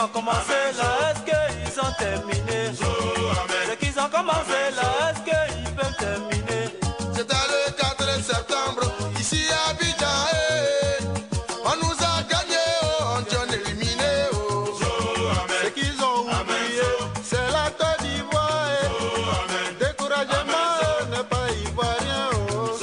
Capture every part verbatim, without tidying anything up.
ont commencé là, est-ce qu'ils ont terminé? Ceux qui ont commencé là, est-ce qu'ils peuvent terminer? C'était le quatre septembre, ici à Abidjan, eh. On nous a gagné, oh, on t'en éliminé, oh. Ce qu'ils ont oublié, c'est la Côte d'Ivoire, eh. Découragement, n'est pas ivoirien, oh.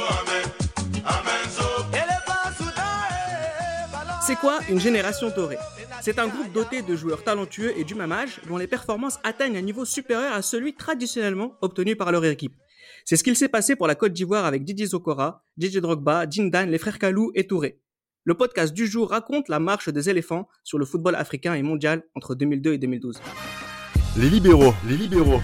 Et les pas soudains, eh, ballon. C'est quoi une génération dorée? C'est un groupe doté de joueurs talentueux et du même âge dont les performances atteignent un niveau supérieur à celui traditionnellement obtenu par leur équipe. C'est ce qu'il s'est passé pour la Côte d'Ivoire avec Didier Zokora, Didier Drogba, Djindane, les frères Kalou et Touré. Le podcast du jour raconte la marche des éléphants sur le football africain et mondial entre deux mille deux et deux mille douze. Les libéraux, les libéraux.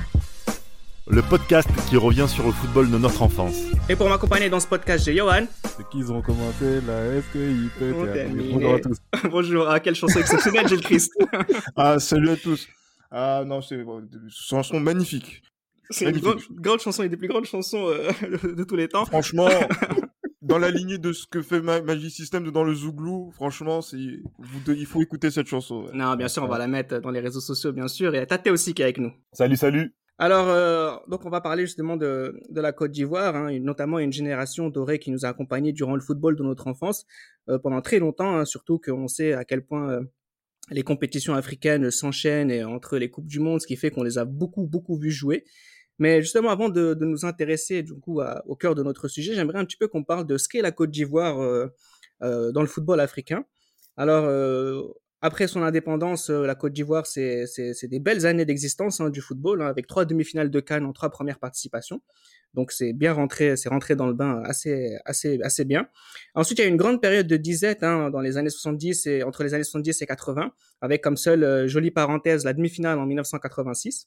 Le podcast qui revient sur le football de notre enfance. Et pour m'accompagner dans ce podcast, j'ai Johan. C'est qu'ils ont commencé là, est-ce qu'ils peuvent On terminer? termine. Bonjour à tous. Bonjour, ah, quelle chanson exceptionnelle, Gilles Christ. Ah, salut à tous. Ah non, c'est une chanson magnifique. C'est une grande, Magnifique. grande chanson, une des plus grandes chansons euh, de tous les temps. Franchement, dans la lignée de ce que fait Ma- Magic System dans le Zouglou, franchement, c'est... vous de- il faut écouter cette chanson. ouais. Non, bien sûr, on va la mettre dans les réseaux sociaux, bien sûr. Et il y a Tate aussi qui est avec nous. Salut, salut. Alors, euh, donc on va parler justement de, de la Côte d'Ivoire, hein, une- notamment une génération dorée qui nous a accompagnés durant le football de notre enfance euh, pendant très longtemps, hein, surtout qu'on sait à quel point euh, les compétitions africaines s'enchaînent et entre les coupes du monde, ce qui fait qu'on les a beaucoup beaucoup vus jouer. Mais justement, avant de, de nous intéresser du coup à- au cœur de notre sujet, j'aimerais un petit peu qu'on parle de ce qu'est la Côte d'Ivoire euh, euh, dans le football africain. Alors, euh, après son indépendance, euh, la Côte d'Ivoire, c'est, c'est, c'est des belles années d'existence hein, du football, hein, avec trois demi-finales de CAN en trois premières participations. Donc, c'est bien rentré, c'est rentré dans le bain assez, assez, assez bien. Ensuite, il y a eu une grande période de disette hein, dans les années soixante-dix et entre les années soixante-dix et quatre-vingts, avec comme seule euh, jolie parenthèse la demi-finale en dix-neuf cent quatre-vingt-six.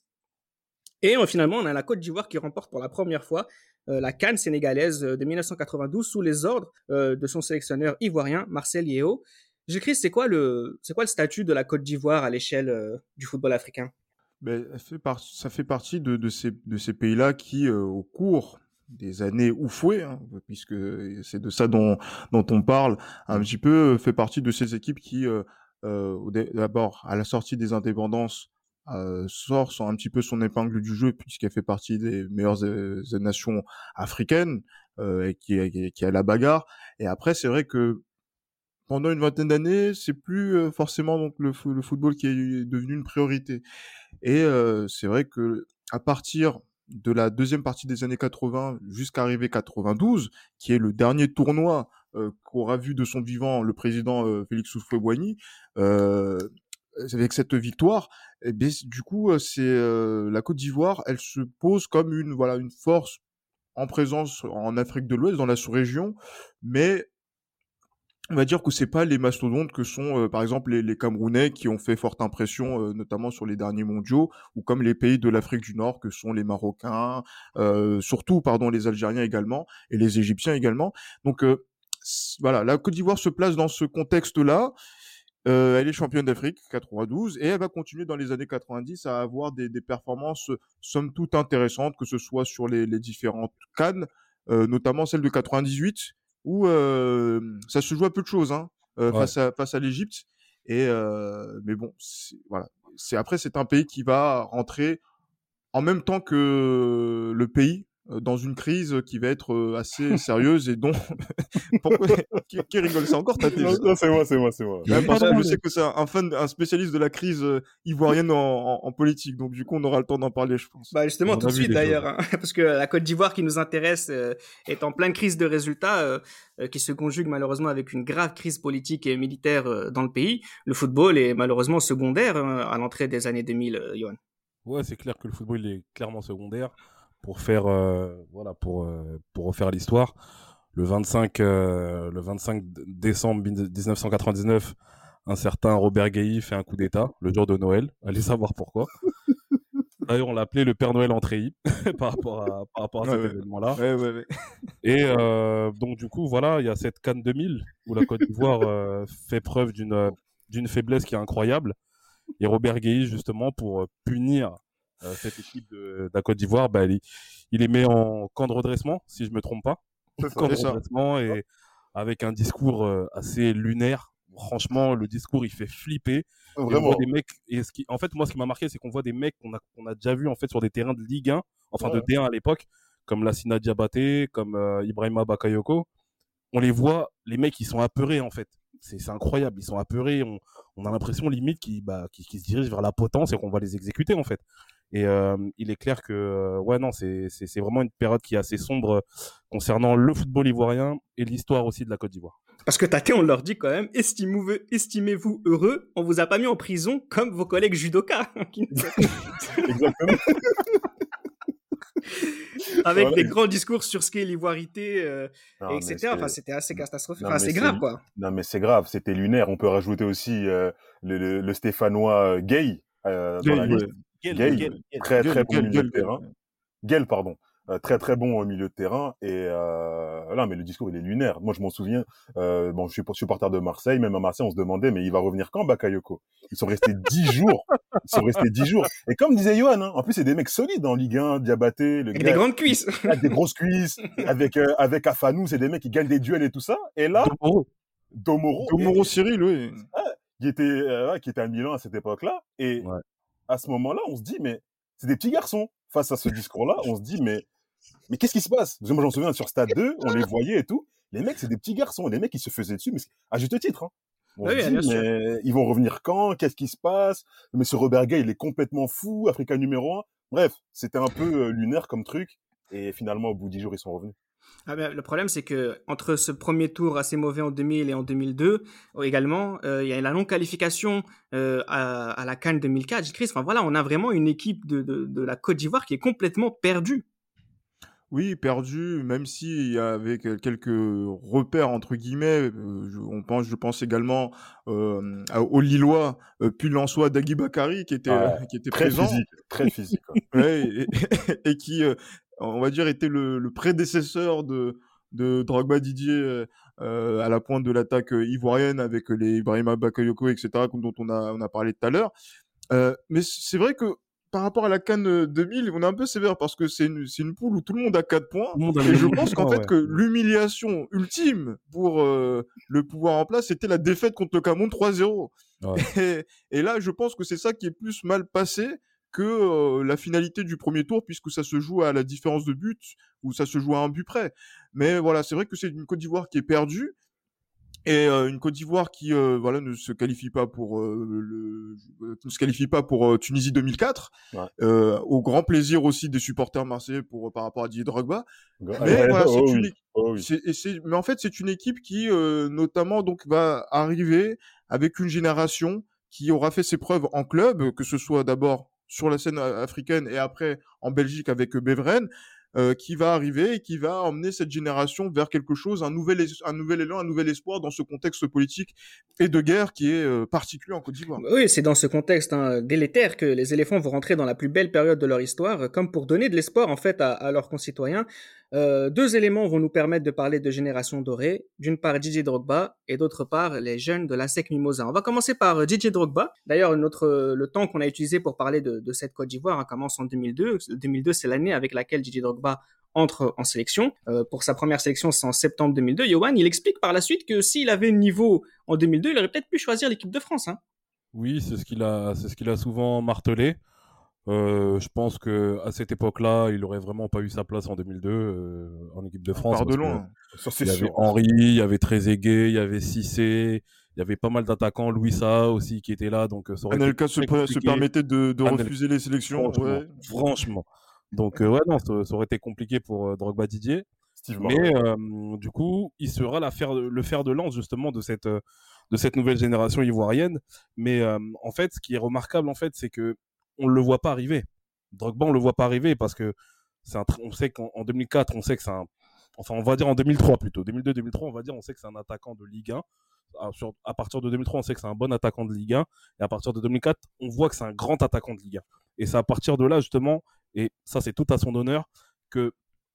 Et euh, finalement, on a la Côte d'Ivoire qui remporte pour la première fois euh, la CAN sénégalaise euh, de dix-neuf cent quatre-vingt-douze sous les ordres euh, de son sélectionneur ivoirien Marcel Yeo. Gilles Christ, c'est quoi le c'est quoi le statut de la Côte d'Ivoire à l'échelle euh, du football africain? Ben, elle fait par- ça fait partie de, de ces, de ces pays-là qui, euh, au cours des années oufouées, hein, puisque c'est de ça dont, dont on parle un petit peu, euh, fait partie de ces équipes qui, euh, euh, au dé- d'abord, à la sortie des indépendances, euh, sort son, un petit peu son épingle du jeu, puisqu'elle fait partie des meilleures euh, nations africaines, euh, et qui, est- qui, est- qui est à la bagarre. Et après, c'est vrai que pendant une vingtaine d'années, c'est plus euh, forcément donc le, fo- le football qui est devenu une priorité. Et euh, c'est vrai que à partir de la deuxième partie des années quatre-vingts jusqu'à arriver quatre-vingt-douze, qui est le dernier tournoi euh, qu'aura vu de son vivant le président euh, Félix Houphouët-Boigny, euh, avec cette victoire, eh bien, c- du coup, euh, c'est euh, la Côte d'Ivoire, elle se pose comme une voilà une force en présence en Afrique de l'Ouest, dans la sous-région, mais on va dire que c'est pas les mastodontes que sont euh, par exemple les, les Camerounais qui ont fait forte impression euh, notamment sur les derniers mondiaux, ou comme les pays de l'Afrique du Nord que sont les Marocains, euh, surtout pardon les Algériens également et les Égyptiens également. Donc euh, c- voilà, la Côte d'Ivoire se place dans ce contexte-là. Euh, elle est championne d'Afrique quatre-vingt-douze et elle va continuer dans les années quatre-vingt-dix à avoir des, des performances euh, somme toute intéressantes, que ce soit sur les, les différentes CAN, euh, notamment celle de quatre-vingt-dix-huit où euh, ça se joue à peu de choses hein, euh, Ouais. face à face à l'Égypte. Et euh, mais bon, c'est, voilà. C'est après c'est un pays qui va rentrer en même temps que le pays euh, dans une crise qui va être euh, assez sérieuse et dont pourquoi qui, qui rigole, c'est encore ta Non, non, c'est moi, c'est moi, c'est moi. Ouais, parce que Pardon, je sais que c'est un, un fan, un spécialiste de la crise euh, ivoirienne en, en, en politique, donc du coup on aura le temps d'en parler, je pense. Bah justement, On tout a de vu suite des d'ailleurs, hein, parce que la Côte d'Ivoire qui nous intéresse euh, est en pleine crise de résultats, euh, euh, qui se conjugue malheureusement avec une grave crise politique et militaire euh, dans le pays. Le football est malheureusement secondaire euh, à l'entrée des années deux mille, euh, Johan. Ouais, c'est clair que le football il est clairement secondaire pour faire euh, voilà pour euh, pour refaire l'histoire. Le vingt-cinq euh, le vingt-cinq décembre dix-neuf cent quatre-vingt-dix-neuf, un certain Robert Guéhi fait un coup d'état le jour de Noël. Allez savoir pourquoi. D'ailleurs, on l'appelait le Père Noël en treillis par rapport à par rapport à cet Ouais, ouais. événement-là. Ouais, ouais, ouais. Et euh, donc du coup, voilà, il y a cette CAN deux mille où la Côte d'Ivoire euh, fait preuve d'une euh, d'une faiblesse qui est incroyable. Et Robert Guéhi, justement, pour euh, punir euh, cette équipe de, de la Côte d'Ivoire, bah, il, il les met en camp de redressement, si je me trompe pas. C'est ça, Camp de c'est ça. redressement et avec un discours euh, assez lunaire, franchement, le discours, il fait flipper. Et on Vraiment. voit des mecs, et ce qui, en fait, moi, ce qui m'a marqué, c'est qu'on voit des mecs qu'on a, qu'on a déjà vu en fait sur des terrains de Ligue un, enfin Ouais. de D un à l'époque, comme Lassina Diabaté, comme euh, Ibrahima Bakayoko. On les voit, les mecs, ils sont apeurés en fait. C'est, c'est incroyable, ils sont apeurés. On, on a l'impression limite qu'ils, bah, qu'ils, qu'ils se dirigent vers la potence et qu'on va les exécuter en fait. Et euh, il est clair que, euh, ouais, non, c'est, c'est, c'est vraiment une période qui est assez sombre concernant le football ivoirien et l'histoire aussi de la Côte d'Ivoire. Parce que Tate, on leur dit quand même, estimez-vous, estimez-vous heureux, on vous a pas mis en prison comme vos collègues judokas. Exactement. Avec Voilà. des grands discours sur ce qu'est l'ivoirité, euh, Non, et mais et cetera. c'est- Enfin, c'était assez catastrophique. Non, Enfin, mais c'est c'est- grave, quoi. Non, mais c'est grave, c'était lunaire. On peut rajouter aussi euh, le, le, le Stéphanois euh, Gay euh, dans Gay, la ouais. liste. Gueule, Gay, gueule, gueule. très Gueule, très bon gueule, milieu gueule, de terrain. gueule. Gale, pardon. Euh, très très bon au milieu de terrain et euh, là mais le discours il est lunaire. Moi je m'en souviens, euh, bon je suis supporter de Marseille, même à Marseille on se demandait mais il va revenir quand Bakayoko? Ils sont restés dix jours, ils sont restés dix jours. Et comme disait Johan, hein, en plus c'est des mecs solides en Ligue un, Diabaté, le Avec gars des grandes cuisses. avec des grosses cuisses, avec euh, avec Afanou, c'est des mecs qui gagnent des duels et tout ça. Et là Domoro. Domoro, Domoro Cyril, oui. qui était euh, ouais, qui était à Milan à cette époque-là et Ouais. à ce moment-là on se dit mais c'est des petits garçons face à ce discours-là, on se dit mais Mais qu'est-ce qui se passe? Parce que moi, j'en souviens sur Stade deux, on les voyait et tout. Les mecs, c'est des petits garçons. Les mecs, ils se faisaient dessus, mais c'est- à juste titre. Hein. On Oui, se dit, bien sûr. mais ils vont revenir quand? Qu'est-ce qui se passe? Monsieur Robert Gay, il est complètement fou. Africa numéro un. Bref, c'était un peu euh, lunaire comme truc. Et finalement, au bout de dix jours, ils sont revenus. Ah ben, le problème, c'est que entre ce premier tour assez mauvais en deux mille et en deux mille deux, euh, également, euh, il y a la non-qualification euh, à, à la CAN deux mille quatre. Chris, enfin voilà, on a vraiment une équipe de, de, de la Côte d'Ivoire qui est complètement perdue. Oui, perdu, même si il y avait quel- quelques repères entre guillemets. euh, je, on pense, je pense également euh, à- au Lillois, euh, puis Lensois Dagui Bakary qui était Ouais, euh, qui était Très présent, physique, très physique. quoi. ouais, et, et qui, euh, on va dire, était le, le prédécesseur de de Drogba Didier euh, euh, à la pointe de l'attaque euh, ivoirienne avec les Ibrahima Bakayoko, et cetera, comme dont on a on a parlé tout à l'heure. Euh, mais c'est vrai que par rapport à la CAN deux mille, on est un peu sévère parce que c'est une, c'est une poule où tout le monde a quatre points. Tout le monde a Et le je même pense qu'en point, fait ouais. que l'humiliation ultime pour euh, le pouvoir en place, c'était la défaite contre le Cameroun trois zéro. Ouais. Et, et là, je pense que c'est ça qui est plus mal passé que euh, la finalité du premier tour, puisque ça se joue à la différence de but, ou ça se joue à un but près. Mais voilà, c'est vrai que c'est une Côte d'Ivoire qui est perdue. Et euh, une Côte d'Ivoire qui euh, voilà ne se qualifie pas pour euh, le euh, ne se qualifie pas pour euh, Tunisie deux mille quatre, Ouais. euh, au grand plaisir aussi des supporters marseillais pour par rapport à Didier Drogba. Ouais, Mais voilà, c'est oh, une oui. équipe- Oh, oui. c'est, et c'est, mais en fait, c'est une équipe qui, euh, notamment, donc, va arriver avec une génération qui aura fait ses preuves en club, que ce soit d'abord sur la scène euh, africaine et après en Belgique avec euh, Beveren, euh, qui va arriver et qui va emmener cette génération vers quelque chose, un nouvel, es- un nouvel élan, un nouvel espoir dans ce contexte politique et de guerre qui est euh, particulier en Côte d'Ivoire. Oui, c'est dans ce contexte hein, délétère que les éléphants vont rentrer dans la plus belle période de leur histoire, euh, comme pour donner de l'espoir en fait à, à leurs concitoyens. Euh, deux éléments vont nous permettre de parler de génération dorée. D'une part Didier Drogba et d'autre part les jeunes de l'A S E C Mimosa. On va commencer par euh, Didier Drogba. D'ailleurs, notre euh, le temps qu'on a utilisé pour parler de, de cette Côte d'Ivoire hein, commence en deux mille deux. deux mille deux, c'est l'année avec laquelle Didier Drogba entre en sélection. Euh, pour sa première sélection, c'est en septembre deux mille deux. Yohan, il explique par la suite que s'il avait le niveau en deux mille deux, il aurait peut-être pu choisir l'équipe de France. Hein. Oui, c'est ce qu'il a, c'est ce qu'il a souvent martelé. Euh, je pense que à cette époque-là, il aurait vraiment pas eu sa place en deux mille deux euh, en équipe de France. Par de parce que loin. Ça, c'est Il y avait sûr. Henry, il y avait Trezeguet, il y avait Cissé, il y avait pas mal d'attaquants, Louis Saha aussi qui était là, donc euh, ça aurait été Anelka se, très pre- se compliqué. permettait de, de Anelka, refuser les sélections. Franchement, Ouais. franchement. Donc euh, ouais, non, ça, ça aurait été compliqué pour euh, Drogba Didier. Steve Mais Marlowe. euh, du coup, il sera la fer, le fer de lance justement de cette euh, de cette nouvelle génération ivoirienne. Mais euh, en fait, ce qui est remarquable en fait, c'est que on le voit pas arriver. Drogba, on le voit pas arriver parce que c'est un, tr- on sait qu'en en deux mille quatre, on sait que c'est un, enfin on va dire en deux mille trois plutôt, deux mille deux deux mille trois, on va dire, on sait que c'est un attaquant de Ligue un. À, sur, à partir de deux mille trois, on sait que c'est un bon attaquant de Ligue un. Et à partir de deux mille quatre, on voit que c'est un grand attaquant de Ligue un. Et c'est à partir de là justement, et ça c'est tout à son honneur, que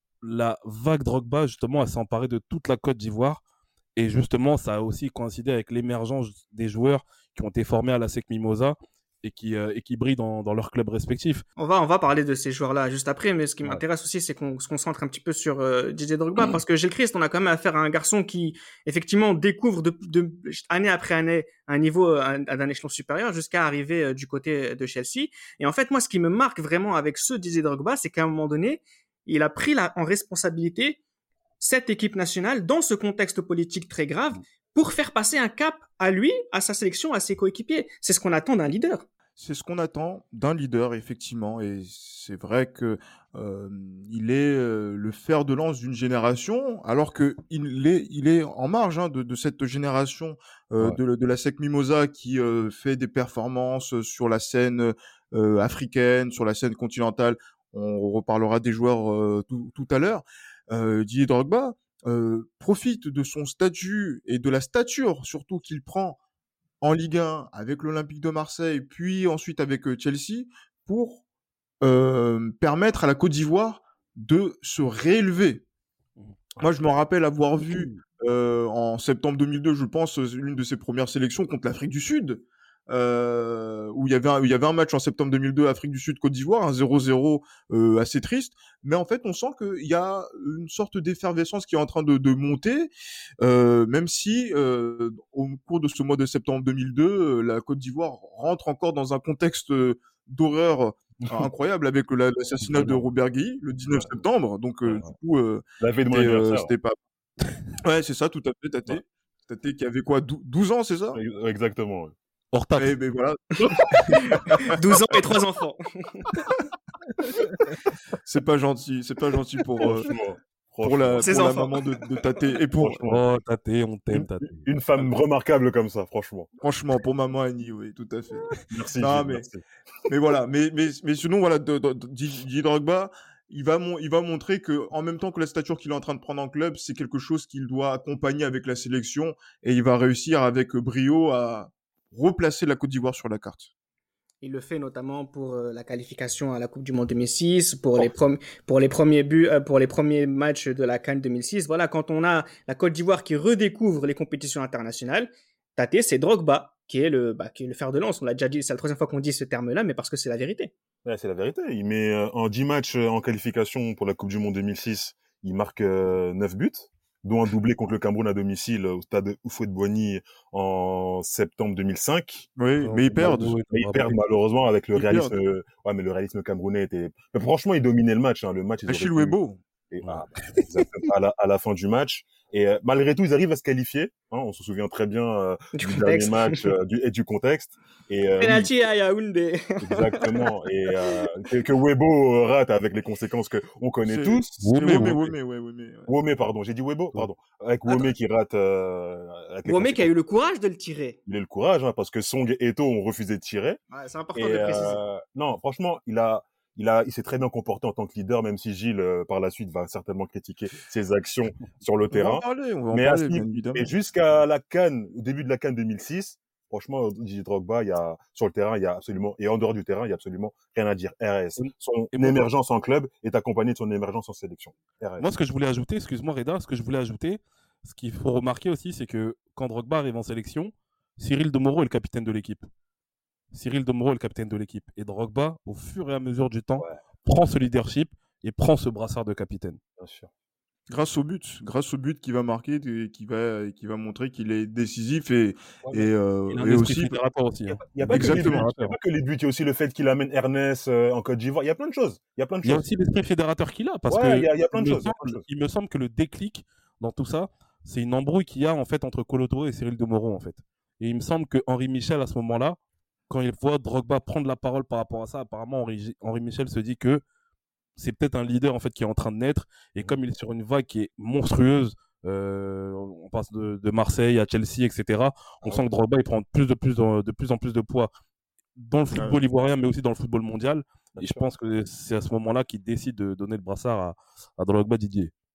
la vague Drogba, justement, elle s'est emparée de toute la Côte d'Ivoire. Et justement, ça a aussi coïncidé avec l'émergence des joueurs qui ont été formés à la S E C Mimosa et qui, euh, et qui brillent dans, dans leurs clubs respectifs. On va, on va parler de ces joueurs-là juste après, mais ce qui Ouais. m'intéresse aussi, c'est qu'on se concentre un petit peu sur euh, Didier Drogba, parce que Gilles Christ, on a quand même affaire à un garçon qui, effectivement, découvre de, de, année après année un niveau euh, d'un échelon supérieur jusqu'à arriver euh, du côté de Chelsea. Et en fait, moi, ce qui me marque vraiment avec ce Didier Drogba, c'est qu'à un moment donné, il a pris la, en responsabilité cette équipe nationale dans ce contexte politique très grave pour faire passer un cap à lui, à sa sélection, à ses coéquipiers. C'est ce qu'on attend d'un leader. C'est ce qu'on attend d'un leader, effectivement, et c'est vrai que euh, il est euh, le fer de lance d'une génération, alors que il est, il est en marge hein, de, de cette génération euh, Ouais. de, de la S E C Mimosa qui euh, fait des performances sur la scène euh, africaine, sur la scène continentale. On reparlera des joueurs euh, tout, tout à l'heure. Euh, Didier Drogba euh, profite de son statut et de la stature surtout qu'il prend en Ligue un avec l'Olympique de Marseille, puis ensuite avec euh, Chelsea, pour euh, permettre à la Côte d'Ivoire de se réélever. Moi, je me rappelle avoir vu euh, en septembre deux mille deux, je pense, l'une de ses premières sélections contre l'Afrique du Sud, euh, où il y avait un, où il y avait un match en septembre deux mille deux, Afrique du Sud, Côte d'Ivoire, un zéro zéro euh, assez triste, mais en fait, on sent qu'il y a une sorte d'effervescence qui est en train de, de monter, euh, même si euh, au cours de ce mois de septembre deux mille deux, euh, la Côte d'Ivoire rentre encore dans un contexte euh, d'horreur incroyable avec la- l'assassinat de Robert Guilly le dix-neuf septembre, donc euh, Ouais. du coup, euh, La veille de mon c'était, euh, anniversaire. c'était pas... Ouais, c'est ça, tout à fait, Tate. Ouais. Tate qui avait quoi, dou- douze ans, c'est ça? Ex- Exactement. ouais. Hors taxe. Eh ben voilà, douze ans et trois enfants. c'est pas gentil, c'est pas gentil pour, euh, Franchement. pour la, Ses pour la enfants. maman de, de Tate et pour, Franchement. Oh, Tate, on t'aime, Une, Tate. une femme remarquable comme ça, franchement. franchement, pour maman Annie, oui, tout à fait. Merci. Non, Gilles, mais- merci. Mais voilà, mais, mais, mais sinon, voilà, de, de, de- Didier Drogba, il va, mon, il va montrer que, en même temps que la stature qu'il est en train de prendre en club, c'est quelque chose qu'il doit accompagner avec la sélection et il va réussir avec brio à replacer la Côte d'Ivoire sur la carte. Il le fait notamment pour euh, la qualification à la Coupe du Monde deux mille six, pour les prom- pour les premiers buts, euh, pour les premiers matchs de la CAN deux mille six. Voilà, quand on a la Côte d'Ivoire qui redécouvre les compétitions internationales, Tate, c'est Drogba qui est le bah, qui est le fer de lance. On l'a déjà dit, c'est la troisième fois qu'on dit ce terme-là, mais parce que c'est la vérité. Ouais, c'est la vérité. Il met euh, en dix matchs euh, en qualification pour la Coupe du Monde deux mille six, il marque euh, neuf buts, dont un doublé contre le Cameroun à domicile euh, au stade Houphouët-Boigny en septembre deux mille cinq. Oui, mais ils perdent. Oui, Mais ils perdent malheureusement avec le Ils réalisme. euh, Ouais, mais le réalisme camerounais était. Mais franchement, ils dominaient le match. Hein. Le match. Ils Achille auraient pu- Webo. Et, ah, bah, exactement, à, la, à la fin du match. Et euh, malgré tout, ils arrivent à se qualifier. Hein, on se souvient très bien euh, Du du contexte. dernier match euh, du, et du contexte. Et euh, oui, Penalty à Yaoundé. exactement. Et euh, que, que Webo rate avec les conséquences que on connaît C'est- tous. C'est Womé, Womé, Womé. Womé, ouais, Womé, ouais. Womé, pardon. J'ai dit Webo, pardon. Avec Womé qui rate. Euh, avec les Womé qui a conséquences. eu le courage de le tirer. Il a eu le courage, hein, parce que Song et Eto'o ont refusé de tirer. Ouais, c'est important Et de le préciser. euh, non, franchement, il a, il a, il s'est très bien comporté en tant que leader, même si Gilles, euh, par la suite, va certainement critiquer ses actions sur le On va terrain. en parler, on va en Mais à parler, ce bien niveau- évidemment. Et jusqu'à la CAN, au début de la CAN deux mille six, franchement, Didier Drogba, il y a, sur le terrain, il y a absolument, et en dehors du terrain, il y a absolument rien à dire. R S. Et- Son et moi- émergence en club est accompagnée de son émergence en sélection. R S. Moi, ce que je voulais ajouter, excuse-moi Reda, ce que je voulais ajouter, ce qu'il faut remarquer aussi, c'est que quand Drogba arrive en sélection, Cyril Demoro est le capitaine de l'équipe. Cyril Demoro est le capitaine de l'équipe. Et Drogba, au fur et à mesure du temps, Ouais. prend ce leadership et prend ce brassard de capitaine. Bien sûr. Grâce au but, grâce au but qui va marquer, et qui va, qui va montrer qu'il est décisif et, Ouais, et, euh, Il a un et esprit aussi, fédérateur aussi. Il n'y a, hein. pas- il y a pas que les Exactement. buts. Il y a pas que les buts. Il y a aussi le fait qu'il amène Ernest euh, en Côte d'Ivoire. Il y a plein de choses. Il y a plein de Il y a choses. aussi l'esprit fédérateur qu'il a, parce Ouais, que il y a- il y a plein de il me choses, il y a plein de semble- choses. il me semble que le déclic dans tout ça, c'est une embrouille qu'il y a en fait entre Colo et Cyril Demoro en fait. Et il me semble que Henri Michel à ce moment-là, quand il voit Drogba prendre la parole par rapport à ça, apparemment Henri, Henri Michel se dit que c'est peut-être un leader en fait qui est en train de naître. Et comme il est sur une vague qui est monstrueuse, euh, on passe de, de Marseille à Chelsea, et cetera. On Ouais. sent que Drogba il prend de plus, de plus, en, de plus en plus de poids dans le football ivoirien, mais aussi dans le football mondial. Bien Et je sûr. pense que c'est à ce moment-là qu'il décide de donner le brassard à, à Drogba Didier.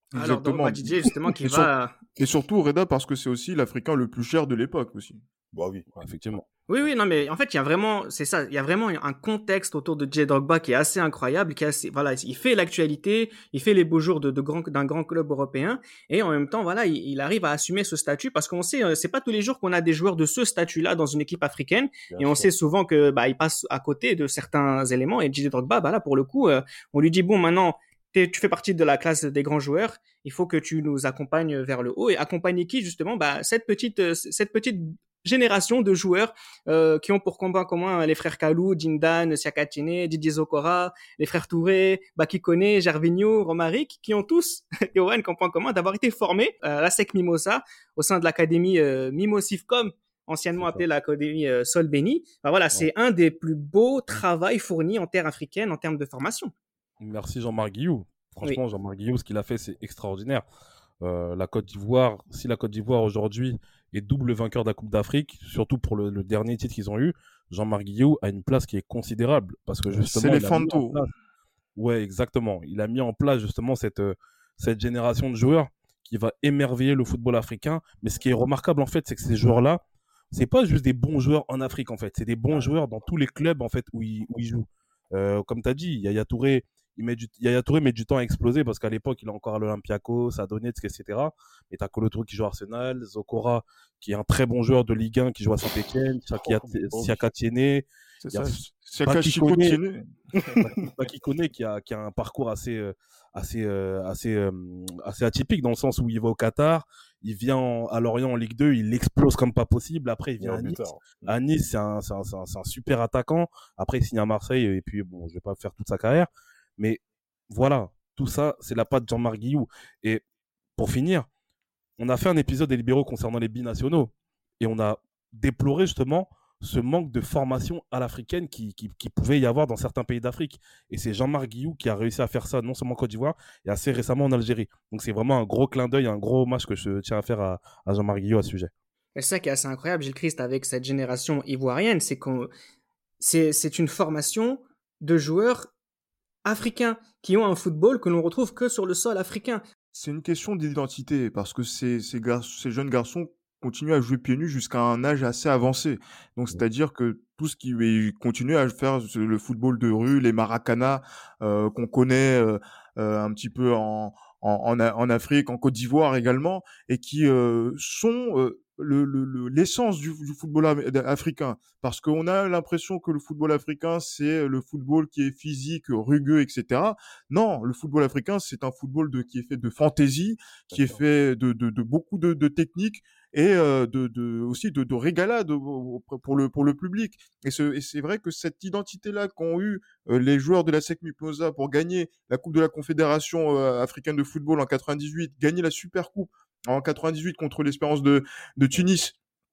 Alors, Exactement. Drogba Didier, justement, qui Et, sur- va... et surtout, Reda, parce que c'est aussi l'Africain le plus cher de l'époque aussi. Bah oui. Ouais, effectivement. Oui, oui, non, mais en fait, il y a vraiment, c'est ça, il y a vraiment un contexte autour de Didier Drogba qui est assez incroyable, qui est assez, voilà, il fait l'actualité, il fait les beaux jours de, de grand, d'un grand club européen, et en même temps, voilà, il, il arrive à assumer ce statut parce qu'on sait, euh, c'est pas tous les jours qu'on a des joueurs de ce statut-là dans une équipe africaine, Bien et on sûr. sait souvent que, bah, il passe à côté de certains éléments, et Didier Drogba, bah là, pour le coup, euh, on lui dit, bon, maintenant, t'es- tu fais partie de la classe des grands joueurs, il faut que tu nous accompagnes vers le haut, et accompagner qui, justement, bah, cette petite, euh, cette petite génération de joueurs euh, qui ont pour combat commun les frères Kalou, Jindan, Siakatine, Didier Zokora, les frères Touré, Baki Koné, Gervinho, Romaric, qui ont tous, Yoann, comme point commun, d'avoir été formés à la SEC Mimosa au sein de l'académie euh, Mimosifcom, anciennement C'est ça. appelée l'académie euh, Sol Béni. Enfin, voilà, Ouais. c'est un des plus beaux travaux fournis en terre africaine en termes de formation. Merci Jean-Marc Guillou. Franchement, Jean-Marc Guillou, ce qu'il a fait, c'est extraordinaire. Euh, la Côte d'Ivoire, si la Côte d'Ivoire aujourd'hui est double vainqueur de la Coupe d'Afrique, surtout pour le, le dernier titre qu'ils ont eu, Jean-Marc Guillou a une place qui est considérable parce que justement, C'est les il a mis en Fantos. place, ouais, exactement, il a mis en place justement cette euh, cette génération de joueurs qui va émerveiller le football africain. Mais ce qui est remarquable en fait, c'est que ces joueurs-là, c'est pas juste des bons joueurs en Afrique en fait, c'est des bons joueurs dans tous les clubs en fait où ils, où ils jouent. Euh, comme tu as dit, Yaya Touré, il met du, Yaya Touré met du temps à exploser parce qu'à l'époque, il est encore à l'Olympiakos, à Donetsk, et cetera. Et t'as Kolo Touré qui joue à Arsenal, Zokora qui est un très bon joueur de Ligue un qui joue à Saint-Etienne, Siaka Tiene, C'est il y a ça. Baki Siaka Koné, Tiene. Baki Koné qui a, qui a un parcours assez, euh, assez, euh, assez, euh, assez atypique dans le sens où il va au Qatar, il vient en- à Lorient en Ligue deux, il explose comme pas possible. Après, il Il est vient un à Nice. buteur. À Nice, c'est un, c'est un, c'est un, c'est un super attaquant. Après, il signe à Marseille et puis bon, je vais pas faire toute sa carrière. Mais voilà, tout ça, c'est la patte de Jean-Marc Guillou. Et pour finir, on a fait un épisode des libéraux concernant les binationaux et on a déploré justement ce manque de formation à l'africaine qui, qui, qui pouvait y avoir dans certains pays d'Afrique. Et c'est Jean-Marc Guillou qui a réussi à faire ça non seulement en Côte d'Ivoire et assez récemment en Algérie. Donc c'est vraiment un gros clin d'œil, un gros hommage que je tiens à faire à, à Jean-Marc Guillou à ce sujet. Et c'est ça qui est assez incroyable, Gilles Christ, avec cette génération ivoirienne, c'est qu'on, c'est, c'est une formation de joueurs africains qui ont un football que l'on retrouve que sur le sol africain. C'est une question d'identité parce que ces, ces, gar- ces jeunes garçons continuent à jouer pieds nus jusqu'à un âge assez avancé. Donc, c'est-à-dire que tout ce qui ils continuent à faire le football de rue, les maracana euh, qu'on connaît euh, euh, un petit peu en, en, en, A- en Afrique, en Côte d'Ivoire également, et qui euh, sont euh, le, le, le- l'essence du, du football am- africain. Parce qu'on a l'impression que le football africain, c'est le football qui est physique, rugueux, et cetera. Non, le football africain, c'est un football de, qui est fait de fantaisie, qui est fait de, de, de beaucoup de, de techniques et euh, de, de aussi de, de régalade au- au- pour le pour le public. Et, ce, et c'est vrai que cette identité-là qu'ont eu euh, les joueurs de la SEC Mimosa pour gagner la Coupe de la Confédération euh, africaine de football en quatre-vingt-dix-huit, gagner la Super Coupe en quatre-vingt-dix-huit contre l'Espérance de de Tunis.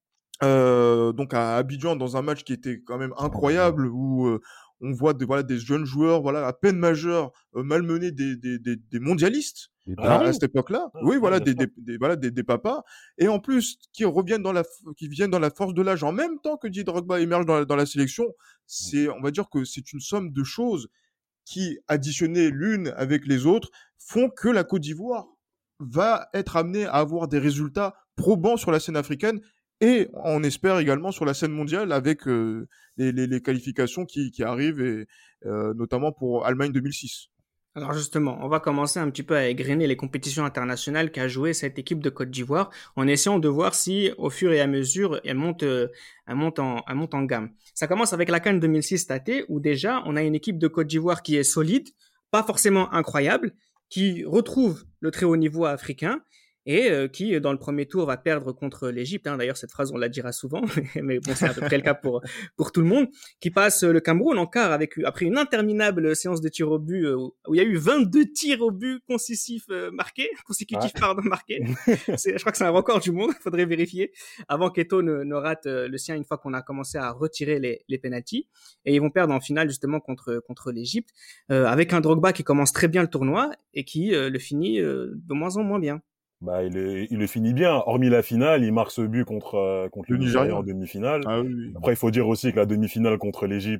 Euh, donc à Abidjan dans un match qui était quand même incroyable où euh, on voit des, voilà, des jeunes joueurs voilà à peine majeurs euh, malmener des, des, des, des mondialistes Les à, à darons. cette époque-là. Ah, Oui, ouais, voilà bien des, sûr. des, des voilà des, des papas et en plus qui reviennent dans la f- qui viennent dans la force de l'âge en même temps que Didier Drogba émerge dans la, dans la sélection. C'est on va dire que c'est une somme de choses qui additionnées l'une avec les autres font que la Côte d'Ivoire va être amenée à avoir des résultats probants sur la scène africaine et on espère également sur la scène mondiale avec euh, les, les, les qualifications qui, qui arrivent et euh, notamment pour Allemagne deux mille six. Alors justement, on va commencer un petit peu à égrener les compétitions internationales qu'a joué cette équipe de Côte d'Ivoire en essayant de voir si, au fur et à mesure, elle monte, euh, elle monte, en, elle monte en gamme. Ça commence avec la CAN deux mille six cet été où déjà on a une équipe de Côte d'Ivoire qui est solide, pas forcément incroyable, qui retrouve le très haut niveau africain et euh, qui, dans le premier tour, va perdre contre l'Égypte. Hein. D'ailleurs, cette phrase, on la dira souvent, mais bon, c'est à peu près le cas pour pour tout le monde. Qui passe le Cameroun en quart avec après une interminable séance de tirs au but euh, où il y a eu vingt-deux tirs au but consécutifs euh, marqués, consécutifs Ouais. pardon marqués. C'est, je crois que c'est un record du monde. Faudrait vérifier avant qu'Eto ne, ne rate euh, le sien une fois qu'on a commencé à retirer les les pénaltys. Et ils vont perdre en finale justement contre contre l'Égypte euh, avec un Drogba qui commence très bien le tournoi et qui euh, le finit euh, de moins en moins bien. Bah, il, est, il le finit bien. Hormis la finale, il marque ce but contre, euh, contre le Le Nigeria Nigeria. en demi-finale. Ah oui, oui. Après, il faut dire aussi que la demi-finale contre l'Égypte,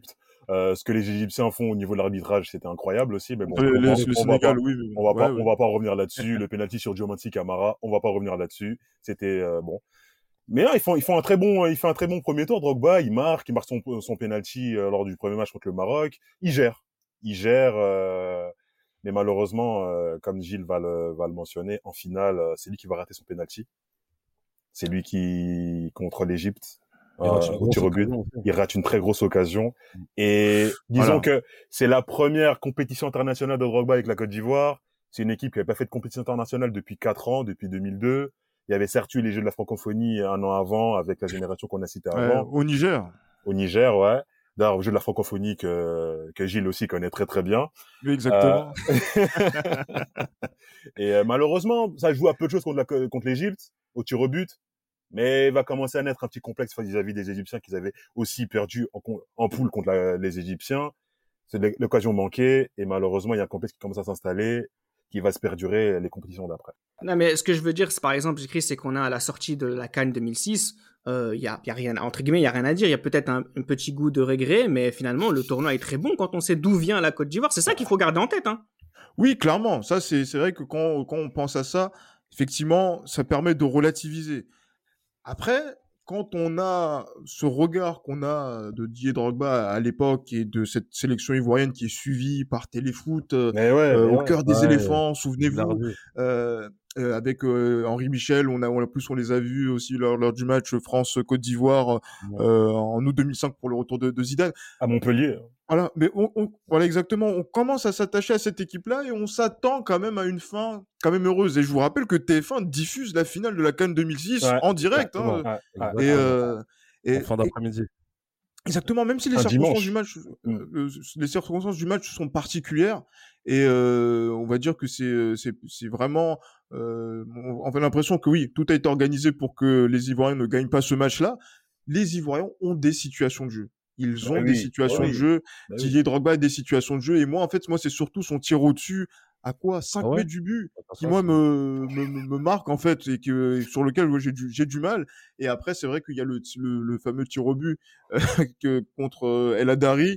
Euh, ce que les Égyptiens font au niveau de l'arbitrage, c'était incroyable aussi. Mais bon, Le, on, le, va, le on va pas, Sénégal, oui. mais- on va ouais, pas, ouais. on va pas revenir là-dessus. Le penalty sur Diomansi Camara, on va pas revenir là-dessus. C'était euh, bon. Mais là, ils font, ils font un très bon, il fait un très bon premier tour. Drogba, il marque, il marque son, son penalty euh, lors du premier match contre le Maroc. Il gère, il gère. Euh, mais malheureusement, euh, comme Gilles va le, va le mentionner, en finale, euh, c'est lui qui va rater son penalty. C'est lui qui contre l'Égypte Il rate une euh, au grosse tir au but. occasion aussi. Il rate une très grosse occasion. Et disons Voilà. que c'est la première compétition internationale de Drogba avec la Côte d'Ivoire. C'est une équipe qui n'avait pas fait de compétition internationale depuis quatre ans, depuis deux mille deux. Il y avait certes eu les Jeux de la francophonie un an avant, avec la génération qu'on a citée Ouais, avant, au Niger. au Niger, ouais. D'ailleurs, aux Jeux de la francophonie que, que Gilles aussi connaît très très bien. Oui, exactement. Et euh, malheureusement, ça joue à peu de choses contre, la, contre l'Égypte, au tir au but. Mais il va commencer à naître un petit complexe vis-à-vis des Égyptiens qu'ils avaient aussi perdu en, en poule contre la, les Égyptiens. C'est l'occasion manquée et malheureusement, il y a un complexe qui commence à s'installer qui va se perdurer les compétitions d'après. Non, mais ce que je veux dire, c'est par exemple, j'écris, c'est qu'on a à la sortie de la CAN deux mille six, il euh, y, a, y a rien, entre guillemets, il y a rien à dire. Il y a peut-être un, un petit goût de regret, mais finalement, le tournoi est très bon quand on sait d'où vient la Côte d'Ivoire. C'est ça qu'il faut garder en tête, hein. Oui, clairement. Ça, c'est, c'est vrai que quand, quand on pense à ça, effectivement, ça permet de relativiser. Après, quand on a ce regard qu'on a de Didier Drogba à l'époque et de cette sélection ivoirienne qui est suivie par Téléfoot euh, Mais ouais, euh, mais au ouais. cœur des Ouais, éléphants, Je l'ai souvenez-vous, revu. euh, euh, avec euh, Henri Michel, on a, on a plus on les a vus aussi lors, lors du match France-Côte d'Ivoire Ouais. euh, en août deux mille cinq pour le retour de, de Zidane. À Montpellier. Voilà, mais on, on- voilà exactement, on commence à s'attacher à cette équipe-là et on s'attend quand même à une fin quand même heureuse. Et je vous rappelle que T F un diffuse la finale de la CAN deux mille six Ouais, en direct. Exactement. Hein, Ouais, ouais. et, Exactement. euh, et, En fin et- d'après-midi. exactement, même si les Un circonstances dimanche. du match, Mm. euh, euh, les circonstances du match sont particulières et euh, on va dire que c'est c'est c'est vraiment, euh, on, on a l'impression que oui, tout a été organisé pour que les Ivoiriens ne gagnent pas ce match-là. Les Ivoiriens ont des situations de jeu. Ils ont Bah des oui, situations bah de oui, jeu. bah oui. Didier Drogba a des situations de jeu et moi en fait moi c'est surtout son tir au-dessus à quoi cinq Ah ouais? mètres du but qui Ça, moi c'est- me, me me me marque en fait et que sur lequel ouais, j'ai du j'ai du mal. Et après c'est vrai qu'il y a le le, le fameux tir au but euh, que contre euh, El Hadari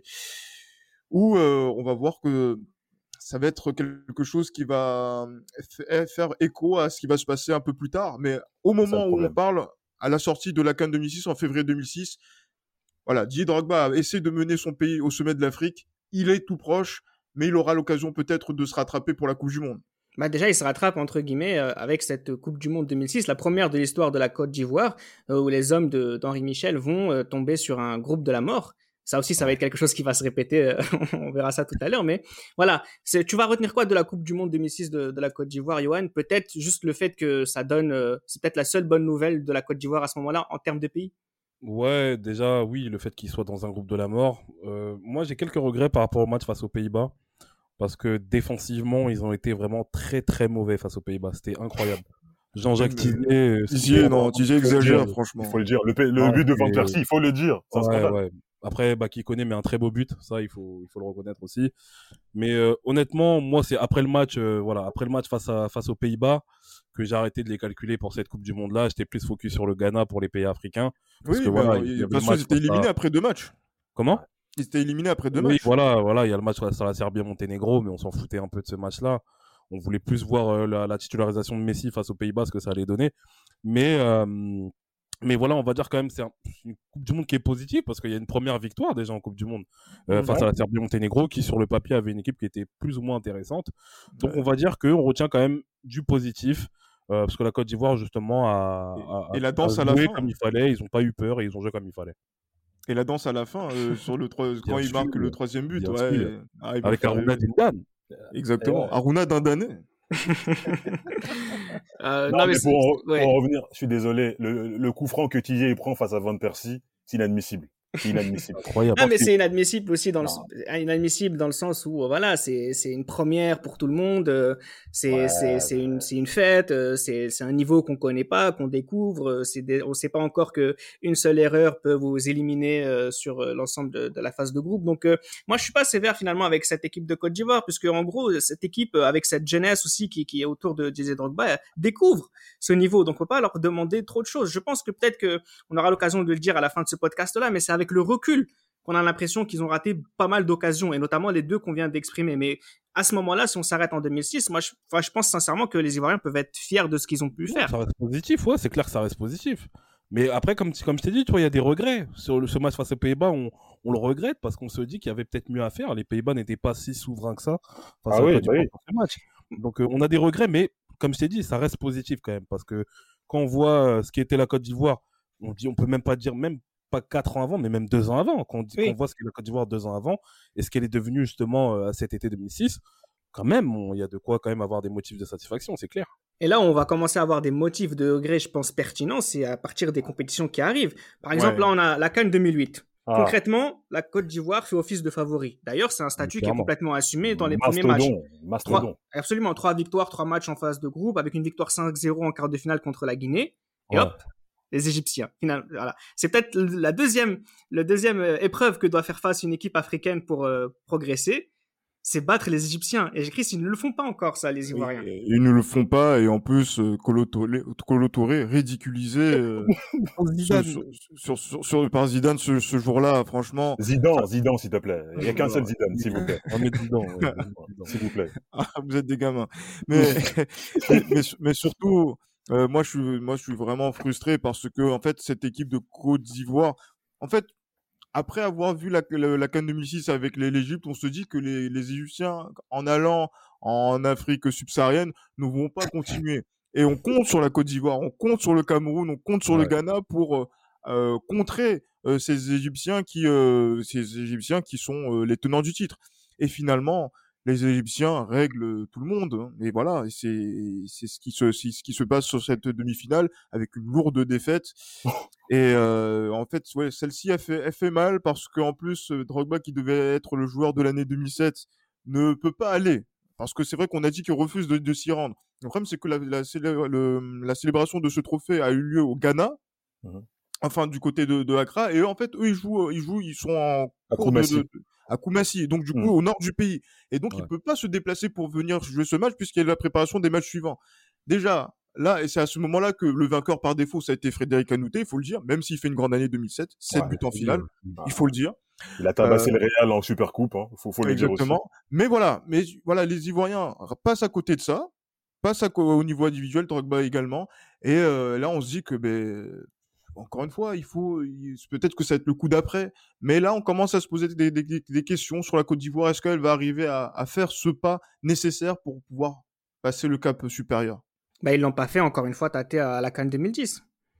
où euh, on va voir que ça va être quelque chose qui va f- faire écho à ce qui va se passer un peu plus tard. Mais au C'est ça moment le où on problème. parle, à la sortie de la CAN deux mille six, en février deux mille six, voilà, Didier Drogba a essayé de mener son pays au sommet de l'Afrique. Il est tout proche, mais il aura l'occasion peut-être de se rattraper pour la Coupe du Monde. Bah déjà, il se rattrape entre guillemets euh, avec cette Coupe du Monde deux mille six, la première de l'histoire de la Côte d'Ivoire, euh, où les hommes de, d'Henri Michel vont euh, tomber sur un groupe de la mort. Ça aussi, ça va être quelque chose qui va se répéter. euh, on verra ça tout à l'heure. Mais voilà, c'est, tu vas retenir quoi de la Coupe du Monde deux mille six de, de la Côte d'Ivoire, Johan? Peut-être juste le fait que ça donne, euh, c'est peut-être la seule bonne nouvelle de la Côte d'Ivoire à ce moment-là en termes de pays. Ouais, déjà, oui, le fait qu'il soit dans un groupe de la mort. Euh, moi, j'ai quelques regrets par rapport au match face aux Pays-Bas. Parce que défensivement, ils ont été vraiment très très mauvais face aux Pays-Bas. C'était incroyable. Jean-Jacques Mais- Tizé, euh, Didier, c'était- non, Didier Faut le exagère, dire, franchement. Il faut le dire. Le, pe- le Ouais, but de Van et- Persie, il faut le dire. C'est un Ouais, scandale. ouais. Après, bah, qui connaît, mais un très beau but. Ça, il faut, il faut le reconnaître aussi. Mais euh, honnêtement, moi, c'est après le match, euh, voilà, après le match face à face aux Pays-Bas que j'ai arrêté de les calculer pour cette Coupe du Monde-là. J'étais plus focus sur le Ghana pour les pays africains. Parce Oui, que mais voilà, alors, il y de avait toute le façon, match ils étaient face à- éliminés après deux matchs. Comment? Ils étaient éliminés après deux Oui, matchs. voilà, voilà, il y a le match face à la Serbie et Monténégro, mais on s'en foutait un peu de ce match-là. On voulait plus voir euh, la, la titularisation de Messi face aux Pays-Bas, ce que ça allait donner. Mais, euh, mais voilà, on va dire quand même c'est un- une Coupe du Monde qui est positive parce qu'il y a une première victoire déjà en Coupe du Monde euh, face à la Serbie et Monténégro, qui sur le papier avait une équipe qui était plus ou moins intéressante. Donc on va dire qu'on retient quand même du positif. euh, parce que la Côte d'Ivoire justement a, a- Et- et la a danse à la joué fin. comme il fallait, ils n'ont pas eu peur et ils ont joué comme il fallait. Et la danse à la fin, euh, sur le trois- quand il sûr, marque le troisième but, bien ouais. sûr. Ah, il va Avec faire Aruna le- Dindan. Exactement. Et ouais. Aruna Dindané. Euh, Non, non, mais mais pour, en- c'est- ouais. pour en revenir, je suis désolé, le, le coup franc que Tizier il prend face à Van Persie, c'est inadmissible. C'est inadmissible. Incroyable. Ah, mais c'est inadmissible aussi dans le, Non. inadmissible dans le sens où, euh, voilà, c'est, c'est une première pour tout le monde, euh, c'est, Ouais, c'est, c'est une, c'est une fête, euh, c'est, c'est un niveau qu'on connaît pas, qu'on découvre, euh, c'est des, on sait pas encore que une seule erreur peut vous éliminer, euh, sur euh, l'ensemble de, de la phase de groupe. Donc, euh, moi, je suis pas sévère finalement avec cette équipe de Côte d'Ivoire, puisque en gros, cette équipe, euh, avec cette jeunesse aussi qui, qui est autour de Didier Drogba, euh, découvre ce niveau. Donc, on peut pas leur demander trop de choses. Je pense que peut-être que on aura l'occasion de le dire à la fin de ce podcast-là, mais c'est avec le recul qu'on a l'impression qu'ils ont raté pas mal d'occasions, et notamment les deux qu'on vient d'exprimer. Mais à ce moment-là, si on s'arrête en deux mille six, moi, je, enfin, je pense sincèrement que les Ivoiriens peuvent être fiers de ce qu'ils ont pu faire. Ça reste positif, ouais, c'est clair que ça reste positif. Mais après, comme, comme je t'ai dit, tu vois, il y a des regrets. Sur le, ce match face aux Pays-Bas, on, on le regrette parce qu'on se dit qu'il y avait peut-être mieux à faire. Les Pays-Bas n'étaient pas si souverains que ça face Ah à la oui, Côte bah d'Ivoire oui. pour ce match. Donc, euh, on a des regrets, mais comme je t'ai dit, ça reste positif quand même parce que quand on voit euh, ce qui était la Côte d'Ivoire, on dit, on peut même pas dire, même pas quatre ans avant, mais même deux ans avant. Quand on, dit, Oui. quand on voit ce qu'est la Côte d'Ivoire deux ans avant et ce qu'elle est devenue justement euh, à cet été deux mille six, quand même, il y a de quoi quand même avoir des motifs de satisfaction, c'est clair. Et là, on va commencer à avoir des motifs de regret, je pense, pertinents, c'est à partir des compétitions qui arrivent. Par exemple, Ouais. là, on a la CAN deux mille huit. Ah. Concrètement, la Côte d'Ivoire fait office de favori. D'ailleurs, c'est un statut qui est Clairement. complètement assumé dans les premiers matchs. Mastodon, mastodon. Trois, absolument, trois victoires, trois matchs en phase de groupe, avec une victoire cinq zéro en quart de finale contre la Guinée. Et Ouais. hop, les Égyptiens. Final, voilà. C'est peut-être la deuxième, la deuxième euh, épreuve que doit faire face une équipe africaine pour euh, progresser, c'est battre les Égyptiens. Et Chris, ils ne le font pas encore, ça, les Ivoiriens. Et ils ne le font pas, et en plus, euh, Kolo Touré, Kolo Touré ridiculisé euh, sur, sur, sur, sur, sur- par Zidane ce, ce jour-là, franchement. Zidane, Zidane, s'il te plaît. Il n'y a qu'un seul Zidane, s'il vous plaît. On met dedans, ouais, Zidane. S'il vous plaît. Ah, vous êtes des gamins. Mais, mais, mais, mais surtout, euh, moi, je suis, moi, je suis vraiment frustré parce que, en fait, cette équipe de Côte d'Ivoire, en fait, après avoir vu la, la, la CAN deux mille six avec les- l'Égypte, on se dit que les, les Égyptiens, en allant en Afrique subsaharienne, ne vont pas continuer. Et on compte sur la Côte d'Ivoire, on compte sur le Cameroun, on compte sur le Ouais. Ghana pour euh, euh, contrer euh, ces Égyptiens qui, euh, ces Égyptiens qui sont euh, les tenants du titre. Et finalement, les Égyptiens règlent tout le monde. hein. Et voilà, et c'est c'est ce qui se c'est ce qui se passe sur cette demi-finale avec une lourde défaite. Et euh, en fait, ouais, celle-ci a fait elle fait mal parce qu'en plus euh, Drogba, qui devait être le joueur de l'année deux mille sept, ne peut pas aller. Parce que c'est vrai qu'on a dit qu'il refuse de, de s'y rendre. Le problème, c'est que la, la, célé- le- la célébration de ce trophée a eu lieu au Ghana, Mhm. enfin du côté de, de Accra, et eux, en fait, eux, ils jouent, ils jouent, ils sont en À cours de- Koumassi. de- de- à Koumassi, donc du coup Mhm. au nord du pays. Et donc, Ouais. il peut pas se déplacer pour venir jouer ce match puisqu'il y a la préparation des matchs suivants. Déjà, là, et c'est à ce moment-là que le vainqueur par défaut, ça a été Frédéric Anouté, il faut le dire, même s'il fait une grande année deux mille sept, sept Ouais, buts en Oui, finale, ouais. il faut le dire. Il a tabassé Euh, le Real en Super Coupe, hein. Faut, faut le dire aussi. Exactement. Mais voilà, mais voilà, les Ivoiriens passent à côté de ça, passent à co- au niveau individuel, Drogba également. Et euh, là, on se dit que, ben, encore une fois, il faut, il- peut-être que ça va être le coup d'après. Mais là, on commence à se poser des, des, des- des questions sur la Côte d'Ivoire. Est-ce qu'elle va arriver à, à faire ce pas nécessaire pour pouvoir passer le cap supérieur? Bah, ils l'ont pas fait, encore une fois, tâté à la CAN deux mille dix.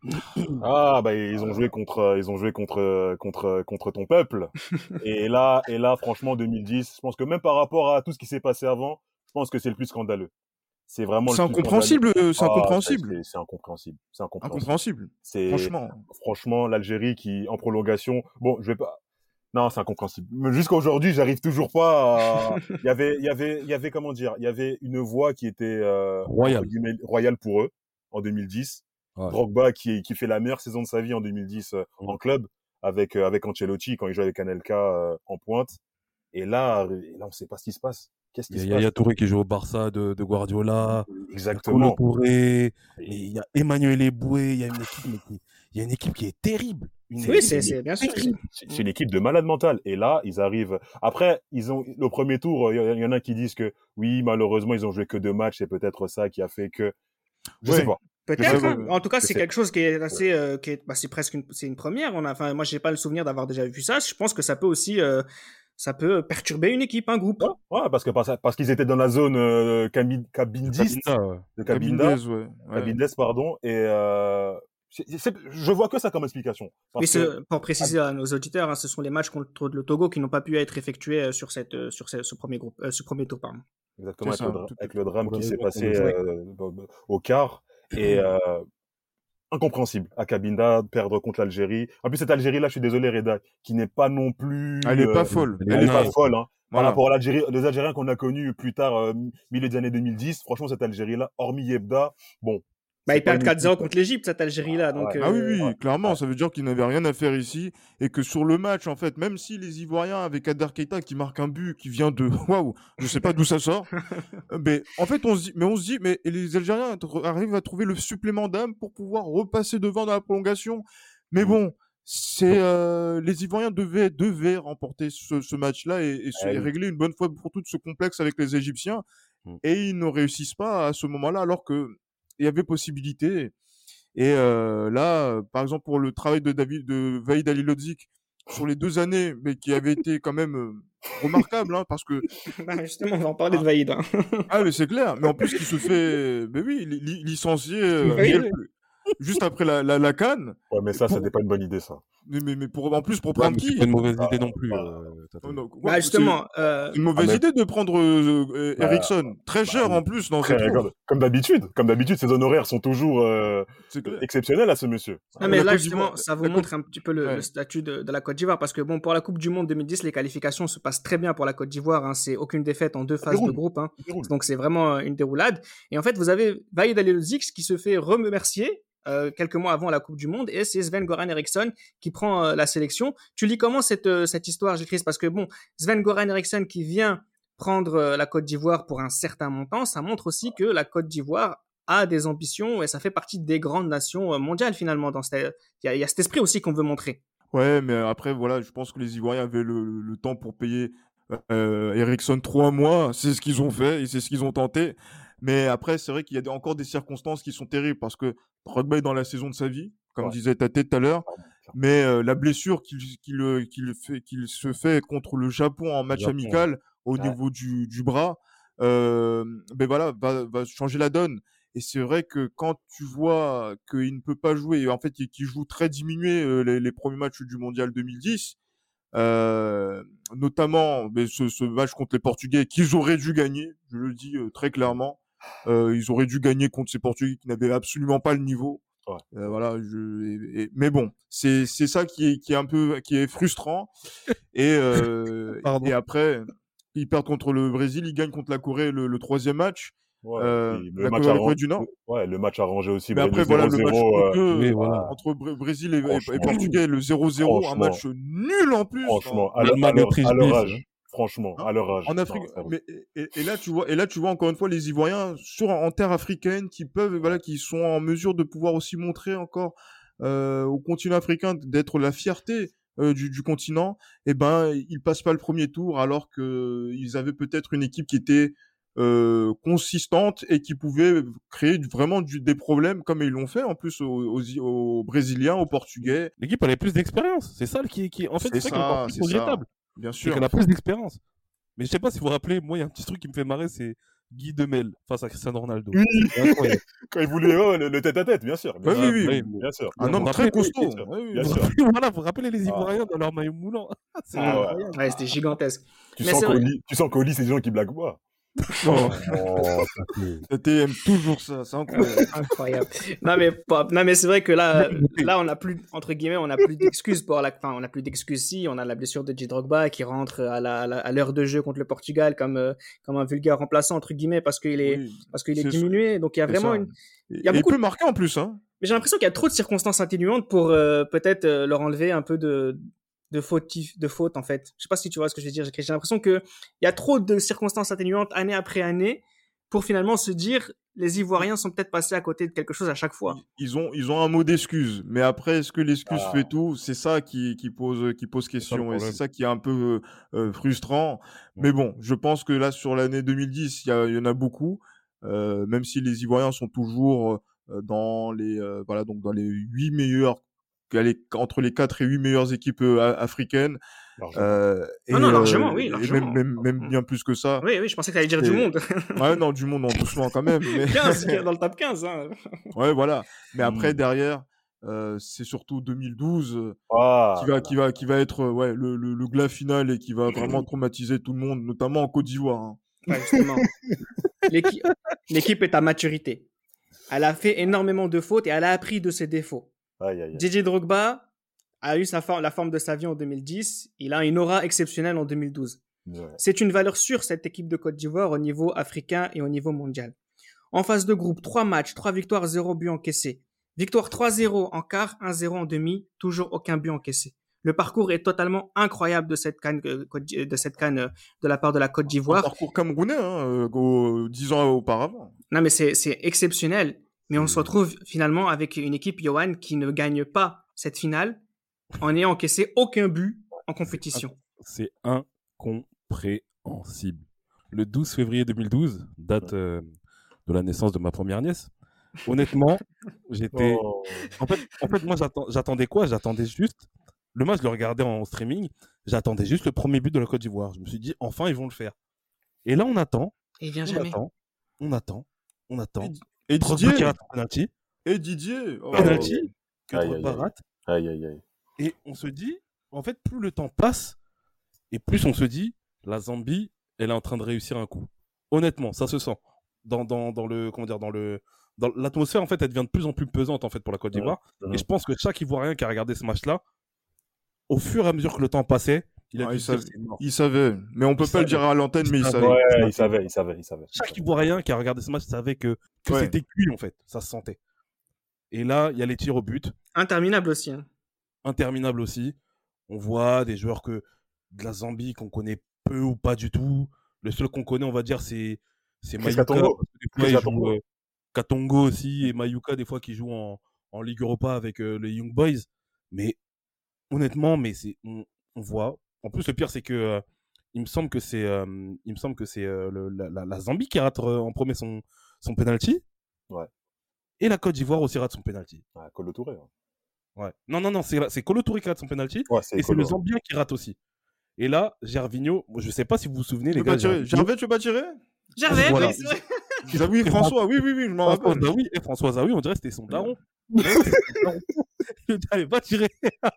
Ah, bah, ils ont joué contre, ils ont joué contre, contre, contre ton peuple. Et là, et là, franchement, deux mille dix, je pense que même par rapport à tout ce qui s'est passé avant, je pense que c'est le plus scandaleux. C'est vraiment C'est le plus incompréhensible, scandaleux. euh, c'est Ah, incompréhensible. c'est- C'est incompréhensible. C'est incompréhensible. Incompréhensible. C'est, Franchement. franchement, l'Algérie qui, en prolongation, bon, je vais pas, non, c'est incompréhensible. Mais jusqu'à aujourd'hui, j'arrive toujours pas à, il y avait, il y avait, il y avait, comment dire, il y avait une voix qui était, euh, Royale. entre guillemets, royale pour eux, en deux mille dix. Ouais. Drogba qui, qui fait la meilleure saison de sa vie en deux mille dix euh, Mm. en club avec euh, avec Ancelotti quand il joue avec Anelka euh, en pointe. Et là, et là, on sait pas ce qui se passe. Qu'est-ce qui Il y a se Yaya passe Touré qui joue au Barça de, de Guardiola. Exactement. Kolo Touré. Mais il y a Emmanuel Eboué. Il y a une équipe, mais qui- il y a une équipe qui est terrible. Une Oui, équipe c'est, qui est c'est bien sûr. terrible. C'est c'est une équipe de malades mentales. Et là, ils arrivent. Après, ils ont le premier tour. Il y, y en a qui disent que oui, malheureusement, ils ont joué que deux matchs. C'est peut-être ça qui a fait que. Je Ouais. sais pas. Peut-être. Ouais, hein. ouais, ouais. En tout cas, Je c'est sais. quelque chose qui est assez, euh, qui est, bah, c'est presque une, c'est une première. On a, enfin, moi, j'ai pas le souvenir d'avoir déjà vu ça. Je pense que ça peut aussi, euh, ça peut perturber une équipe, un groupe. Ouais, ouais, parce que parce, parce qu'ils étaient dans la zone euh, cabi- cabindiste, Cabinda, ouais. de Cabinda, Cabindes, ouais. ouais. Cabindes, pardon. Et euh, c'est- c'est- je vois que ça comme explication. Parce Mais que- ce- pour préciser à nos auditeurs, hein, ce sont les matchs contre le Togo qui n'ont pas pu être effectués euh, sur cette, euh, sur ce, ce premier groupe, euh, ce premier tour, pardon. Exactement, C'est avec, ça, le, dra- tout à avec fait. le drame Pour qui les s'est raisons qu'on passé le euh, dans- dans- au quart. Et euh, incompréhensible. À Cabinda, perdre contre l'Algérie. En plus, cette Algérie-là, je suis désolé, Reda, qui n'est pas non plus... Elle est euh, pas folle. elle Elle est pas Ouais. folle, hein. Par Voilà. rapport à l'Algérie, les Algériens qu'on a connus plus tard, euh, milieu des années deux mille dix, franchement, cette Algérie-là, hormis Yebda, bon. Bah, c'est ils pas perdent une quatre zéro équipe- contre l'Égypte, cette Algérie-là. Donc, Ouais. Ah oui, euh, oui, clairement, ouais. ça veut dire qu'ils n'avaient rien à faire ici et que sur le match, en fait, même si les Ivoiriens avec Kader Keita qui marque un but qui vient de, waouh, je sais pas d'où ça sort, euh, mais en fait, on se dit, mais on se dit, mais les Algériens tr- arrivent à trouver le supplément d'âme pour pouvoir repasser devant dans la prolongation. Mais Mm. bon, c'est euh, les Ivoiriens devaient devaient remporter ce, ce match-là et, et, se, Ah et oui. régler une bonne fois pour toutes ce complexe avec les Égyptiens. Mm. Et ils ne réussissent pas à ce moment-là, alors que il y avait possibilité. Et euh, là, euh, par exemple, pour le travail de David, de Vaïd Halilhodžić sur les deux années, mais qui avait été quand même euh, remarquable, hein, parce que Bah, justement, on va en parler de Vaïd. Hein. ah mais c'est clair. Mais en plus, il se fait, mais oui, li- li- licencié euh, Oui. quelques- juste après la la, la CAN. Ouais, mais ça, Pour- c'était pas une bonne idée, ça. Mais, mais, mais pour en plus pour Ouais, prendre mais c'est qui pas une mauvaise Ah, idée non plus. ah, euh, Tata. Oh, non, ouais, Bah, c'est- justement, euh, C'est une mauvaise Ah, mais- idée de prendre euh, euh, Bah, Ericsson, très cher oui. en plus. Non, Après, c'est trop. regarde, comme d'habitude, comme d'habitude, ses honoraires sont toujours euh, C'est clair. exceptionnels à ce monsieur. non, mais La là, Côte justement, d'Ivoire- ça vous la montre un petit peu le, Ouais. le statut de, de la Côte d'Ivoire. Parce que, bon, pour la Coupe du Monde deux mille dix, les qualifications se passent très bien pour la Côte d'Ivoire. Hein. C'est aucune défaite en deux phases de déroule. groupe. Hein. Il déroule. Donc, c'est vraiment une déroulade. Et en fait, vous avez Vaïd Halilhodžić qui se fait remercier euh, quelques mois avant la Coupe du Monde. Et c'est Sven-Goran Eriksson qui prend euh, la sélection. Tu lis comment cette, euh, cette histoire, Gilles-Christ? Parce que, bon, Sven-Goran Eriksson qui vient prendre euh, la Côte d'Ivoire pour un certain montant, ça montre aussi que la Côte d'Ivoire a des ambitions et ça fait partie des grandes nations euh, mondiales finalement. Dans cette... il, y a, il y a cet esprit aussi qu'on veut montrer. Ouais, mais après, voilà, je pense que les Ivoiriens avaient le, le, le temps pour payer euh, Ericsson trois mois. C'est ce qu'ils ont fait et c'est ce qu'ils ont tenté. Mais après, c'est vrai qu'il y a des- encore des circonstances qui sont terribles parce que Drogba est dans la saison de sa vie, comme Ouais. disait Tate tout à l'heure. Mais euh, la blessure qu'il qu'il euh, qu'il fait qu'il se fait contre le Japon en match Japon, amical au Ouais. niveau du, du bras, euh, ben voilà, va, va changer la donne. Et c'est vrai que quand tu vois qu'il ne peut pas jouer, et en fait qu'il joue très diminué euh, les, les premiers matchs du Mondial deux mille dix, euh, notamment ben, ce, ce match contre les Portugais qu'ils auraient dû gagner, je le dis euh, très clairement, euh, ils auraient dû gagner contre ces Portugais qui n'avaient absolument pas le niveau. Ouais. Euh, voilà, je, et- et- mais bon, c'est c'est ça qui est qui est un peu qui est frustrant. Et euh, Pardon. et après, ils perdent contre le Brésil, ils gagnent contre la Corée le, le troisième match. Ouais, Euh, puis la le match Corée, la Corée arrangé, du Nord. ouais, le match arrangé aussi. Mais le après, voilà, le match zéro zéro, euh, honteux, oui, euh, voilà. entre Br- Brésil et, et- et Franchement. Portugais, le zéro zéro, un Franchement. match nul en plus. franchement, à Le leur, à Maghreb leur, triche à leur bis, âge, hein. franchement, Hein à leur âge. En Afrique, Non, c'est vrai. mais et, et là tu vois, et là tu vois encore une fois les Ivoiriens sur en terre africaine qui peuvent, voilà, qui sont en mesure de pouvoir aussi montrer encore euh, au continent africain d'être la fierté euh, du, du continent. Et ben ils passent pas le premier tour alors que ils avaient peut-être une équipe qui était euh, consistante et qui pouvait créer du- vraiment du, des problèmes comme ils l'ont fait en plus aux, aux, aux Brésiliens, aux Portugais. L'équipe elle a plus d'expérience. C'est ça le qui, qui en fait C'est c'est ça qui est encore ça, plus c'est ça. regrettable. Bien C'est sûr. qu'elle a plus d'expérience. Mais je sais pas si vous vous rappelez, moi il y a un petit truc qui me fait marrer, c'est Guy Demel face à Cristiano Ronaldo. Oui. C'est incroyable. Quand ils voulaient oh, le, le tête-à-tête, bien sûr. Bien Ouais, sûr, oui, oui. oui. bien sûr. Un Vous homme vous très rappelez, costaud. bien sûr. Ouais, oui, Bien oui. sûr. Voilà, vous rappelez les Ah. Ivoiriens dans leur maillot moulant. C'est Ah ouais. incroyable. Ouais, c'était gigantesque. Tu Mais sens c'est qu'au vrai. lit, tu sens qu'au lit, c'est des gens qui blaguent pas. Non, Oh, T aime toujours ça, c'est incroyable. Incroyable. Non mais pas- non mais c'est vrai que là là on a plus entre guillemets on a plus d'excuses pour la enfin on a plus d'excuses si on a la blessure de J Drogba qui rentre à la à la- à l'heure de jeu contre le Portugal comme euh, comme un vulgaire remplaçant entre guillemets parce qu'il est Oui, parce qu'il est c'est diminué donc il y a c'est vraiment ça. une Et, y a et il beaucoup peut de- marquer en plus, hein. mais j'ai l'impression qu'il y a trop de circonstances atténuantes pour euh, peut-être euh, leur enlever un peu de de fautif de faute en fait. Je sais pas si tu vois ce que je veux dire. J'ai l'impression que il y a trop de circonstances atténuantes année après année pour finalement se dire les Ivoiriens sont peut-être passés à côté de quelque chose à chaque fois. Ils, ils ont, ils ont un mot d'excuse, mais après, est-ce que l'excuse Ah. fait tout? C'est ça qui, qui pose, qui pose ça, le question, et problème. c'est ça qui est un peu euh, frustrant. Mais bon, je pense que là, sur l'année deux mille dix, il y, a- il y en a beaucoup, euh, même si les Ivoiriens sont toujours euh, dans les, euh, voilà, donc dans les huit meilleurs, les- entre les quatre et huit meilleures équipes euh, a- africaines. largement. Euh, et, Ah non, largement, euh, oui, et largement. même, même, même bien plus que ça. Oui, oui, je pensais que t'allais dire du C'est- monde. Ouais, non, du monde, non, doucement quand même. Mais... quinze, dans le top quinze. Hein. Ouais, voilà. Mais après, Mm. derrière, euh, c'est surtout deux mille douze euh, Ah, qui va, qui va, qui va être euh, ouais, le, le, le glas final et qui va vraiment traumatiser tout le monde, notamment en Côte d'Ivoire. Hein. Ouais, justement. L'équi- L'équipe est à maturité. Elle a fait énormément de fautes et elle a appris de ses défauts. aïe, aïe, aïe. Didier Drogba a eu sa forme, la forme de sa vie en deux mille dix. Il a une aura exceptionnelle en deux mille douze. Ouais. C'est une valeur sûre, cette équipe de Côte d'Ivoire, au niveau africain et au niveau mondial. En phase de groupe, trois matchs, trois victoires, zéro but encaissé. Victoire trois zéro en quart, un zéro en demi, toujours aucun but encaissé. Le parcours est totalement incroyable de cette canne, euh, Côte d'I- de cette canne euh, de la part de la Côte Un d'Ivoire. parcours camerounais, hein, euh, au- dix ans auparavant. Non, mais c'est, c'est exceptionnel. Mais on Mm. se retrouve finalement avec une équipe, Johan, qui ne gagne pas cette finale en n'ayant encaissé aucun but en compétition. C'est incompréhensible. Le douze février deux mille douze, date euh, de la naissance de ma première nièce, honnêtement, j'étais... Oh. En fait, en fait moi, j'attend- j'attendais quoi? J'attendais juste... Le match, je le regardais en streaming. J'attendais juste le premier but de la Côte d'Ivoire. Je me suis dit, enfin, ils vont le faire. Et là, on attend, Et il vient on jamais. attend, on attend, on attend. Et Drogba Didier qui rate un penalty, Et Didier oh. penalty que Aïe, Drogba aïe, aïe. rate. Aïe, aïe, aïe. Et on se dit, en fait, plus le temps passe, et plus on se dit, la Zambie, elle est en train de réussir un coup. Honnêtement, ça se sent. Dans, dans, dans le, comment dire, dans le, dans l'atmosphère, en fait, elle devient de plus en plus pesante, en fait, pour la Côte d'Ivoire. Mhm. Et je pense que chaque Ivoirien qui a regardé ce match-là, au fur et à mesure que le temps passait, il a Ah, dû il, se dire, savait, c'est mort. il savait, mais on peut Il pas le savait. dire à l'antenne, mais il Il savait. savait. Ouais, il savait, il savait, il savait. Chaque Ivoirien qui a regardé ce match savait que, que Ouais. c'était cuit, en fait. Ça se sentait. Et là, il y a les tirs au but, Interminable aussi. Hein. interminables aussi. On voit des joueurs que, de la Zambie qu'on connaît peu ou pas du tout. Le seul qu'on connaît, on va dire, c'est, c'est Chris Mayuka. Katongo. Parce que des fois, Chris il Katongo. joue, euh, Katongo aussi, et Mayuka, des fois, qui joue en, en Ligue Europa avec euh, les Young Boys. Mais honnêtement, mais c'est, on, on voit. En plus, le pire, c'est que euh, il me semble que c'est, euh, il me semble que c'est euh, le- la, la- la Zambie qui rate euh, en premier son, son penalty. Ouais. Et la Côte d'Ivoire aussi rate son penalty. Ah, Kolo Touré. hein. Ouais. Non, non, non, c'est, la- c'est Kolo Touré qui rate son penalty. Ouais, c'est Et c'est Kolo. le Zambien qui rate aussi. Et là, Gervinho, moi, je sais pas si vous vous souvenez, Tu les veux pas gars. tirer Gervinho- Gervais, tu veux pas tirer Gervais, Voilà. oui, c'est vrai. Ah oui, François, oui, oui, oui, je m'en François rappelle. Zawi, et François Zawi, on dirait que c'était son daron. On dirait que c'était son daron. Il n'avait pas tiré.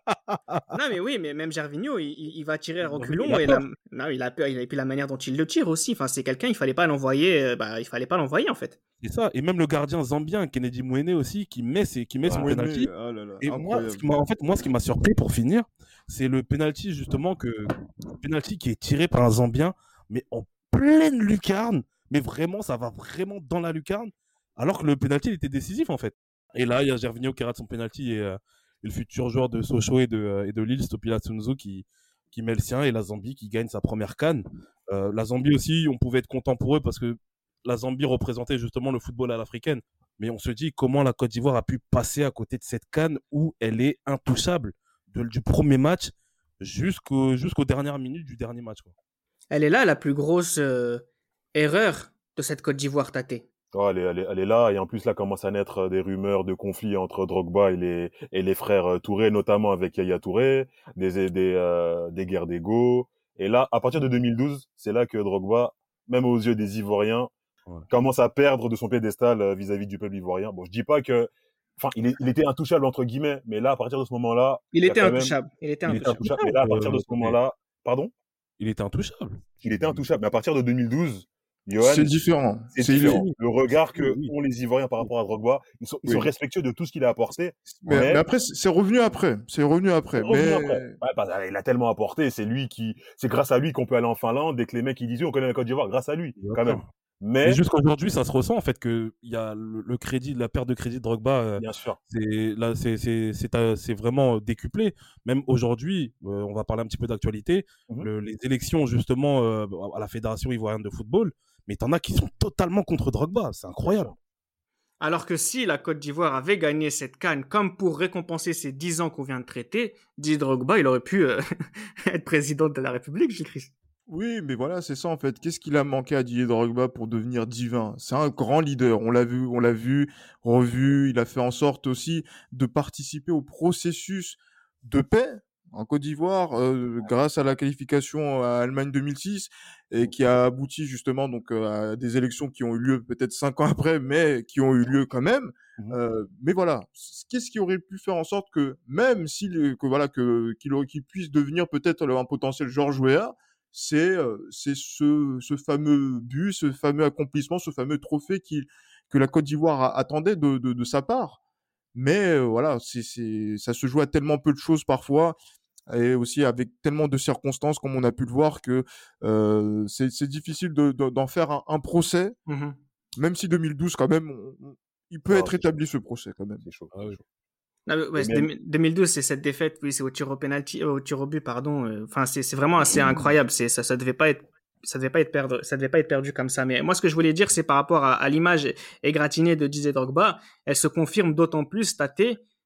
Non, mais oui, mais même Gervinho, il, il- il va tirer à Non, mais reculons. il a Et peur. la... non, il a peur. Et puis la manière dont il le tire aussi. Enfin, c'est quelqu'un, il fallait pas l'envoyer. euh, Bah, il fallait pas l'envoyer en fait. C'est ça. Et même le gardien zambien, Kennedy Mwene aussi, qui met, ses, qui met son Ouais. penalty. Ah là là, Et moi, incroyable. ce qui m'a, en fait, moi, ce qui m'a surpris pour finir, c'est le penalty justement que, le penalty qui est tiré par un Zambien, mais en pleine lucarne. Mais vraiment, ça va vraiment dans la lucarne. Alors que le penalty, il était décisif en fait. Et là, il y a Gervinho qui rate son penalty et, euh, et le futur joueur de Sochaux et de, euh, et de Lille, Stopila Sunzu, qui, qui met le sien, et la Zambie qui gagne sa première CAN. Euh, la Zambie aussi, on pouvait être content pour eux parce que la Zambie représentait justement le football à l'africaine. Mais on se dit comment la Côte d'Ivoire a pu passer à côté de cette CAN où elle est intouchable de- du premier match jusqu'au, jusqu'aux dernières minutes du dernier match, quoi. Elle est là la plus grosse euh, erreur de cette Côte d'Ivoire tâtée. Oh, elle, est, elle, est, elle est là, et en plus là commencent à naître euh, des rumeurs de conflits entre Drogba et les, et les frères euh, Touré, notamment avec Yaya Touré, des, des, euh, des guerres d'ego. Et là, à partir de deux mille douze, c'est là que Drogba, même aux yeux des Ivoiriens, Ouais. commence à perdre de son piédestal euh, vis-à-vis du peuple ivoirien. Bon, je dis pas que, enfin, il, est, il était intouchable entre guillemets, mais là, à partir de ce moment-là, Il y a était quand même- intouchable. Il était il était intouchable. intouchable. Mais là, à partir de ce Euh, moment-là, pardon, Il était intouchable. il était intouchable. Mais à partir de deux mille douze, Johan, C'est différent. c'est C'est différent. il- Le regard que Oui, oui. ont les Ivoiriens par rapport à Drogba, ils sont, ils Oui. sont respectueux de tout ce qu'il a apporté. Mais, Mais- mais après, c'est c'est revenu après. C'est revenu après. C'est revenu mais... après. Ouais, parce qu'il a tellement apporté. C'est lui qui, c'est grâce à lui qu'on peut aller en Finlande et que les mecs ils disent, on connaît la Côte d'Ivoire grâce à lui, quand même. Mais, Mais jusqu'à aujourd'hui, ça se ressent en fait que il y a le, le crédit, la perte de crédit de Drogba, euh, bien sûr. c'est là, c'est c'est c'est euh, c'est vraiment décuplé. Même aujourd'hui, euh, on va parler un petit peu d'actualité. Mhm. Le- les élections justement euh, à la Fédération ivoirienne de football, mais t'en as qui sont totalement contre Drogba. C'est incroyable. Alors que si la Côte d'Ivoire avait gagné cette CAN comme pour récompenser ces dix ans qu'on vient de traiter, Didier Drogba, il aurait pu euh, être président de la République, Gilles Christ. Oui, mais voilà, c'est ça en fait. Qu'est-ce qu'il a manqué à Didier Drogba pour devenir divin? C'est un grand leader. On l'a vu, on l'a vu, revu. Il a fait en sorte aussi de participer au processus de paix en Côte d'Ivoire euh, grâce à la qualification à Allemagne deux mille six et qui a abouti justement donc euh, à des élections qui ont eu lieu peut-être cinq ans après, mais qui ont eu lieu quand même. Mhm. Euh, mais voilà, C- qu'est-ce qui aurait pu faire en sorte que même s'il que voilà que qu'il aurait- qu'il puisse devenir peut-être un potentiel Georges Weah, c'est euh, c'est ce ce fameux but, ce fameux accomplissement, ce fameux trophée qui que la Côte d'Ivoire a- attendait de de, de sa part. Mais euh, voilà, c'est c'est ça se joue à tellement peu de choses parfois et aussi avec tellement de circonstances comme on a pu le voir que euh, c'est c'est difficile de, de- d'en faire un, un procès, Mhm. même si deux mille douze quand même on- on- il peut Ah, être c'est établi ce procès quand même. C'est chaud. Ah oui. c'est chaud. Non, mais ouais, Et c'est même- deux mille- deux mille douze, c'est cette défaite, oui, c'est au tir au penalty, euh, au tir au but, pardon. euh, Enfin, c'est c'est vraiment assez incroyable. C'est ça, ça devait pas être, ça devait pas être perdu, ça devait pas être perdu comme ça. Mais moi, ce que je voulais dire, c'est par rapport à, à l'image égratignée de Didier Drogba, elle se confirme d'autant plus, statée,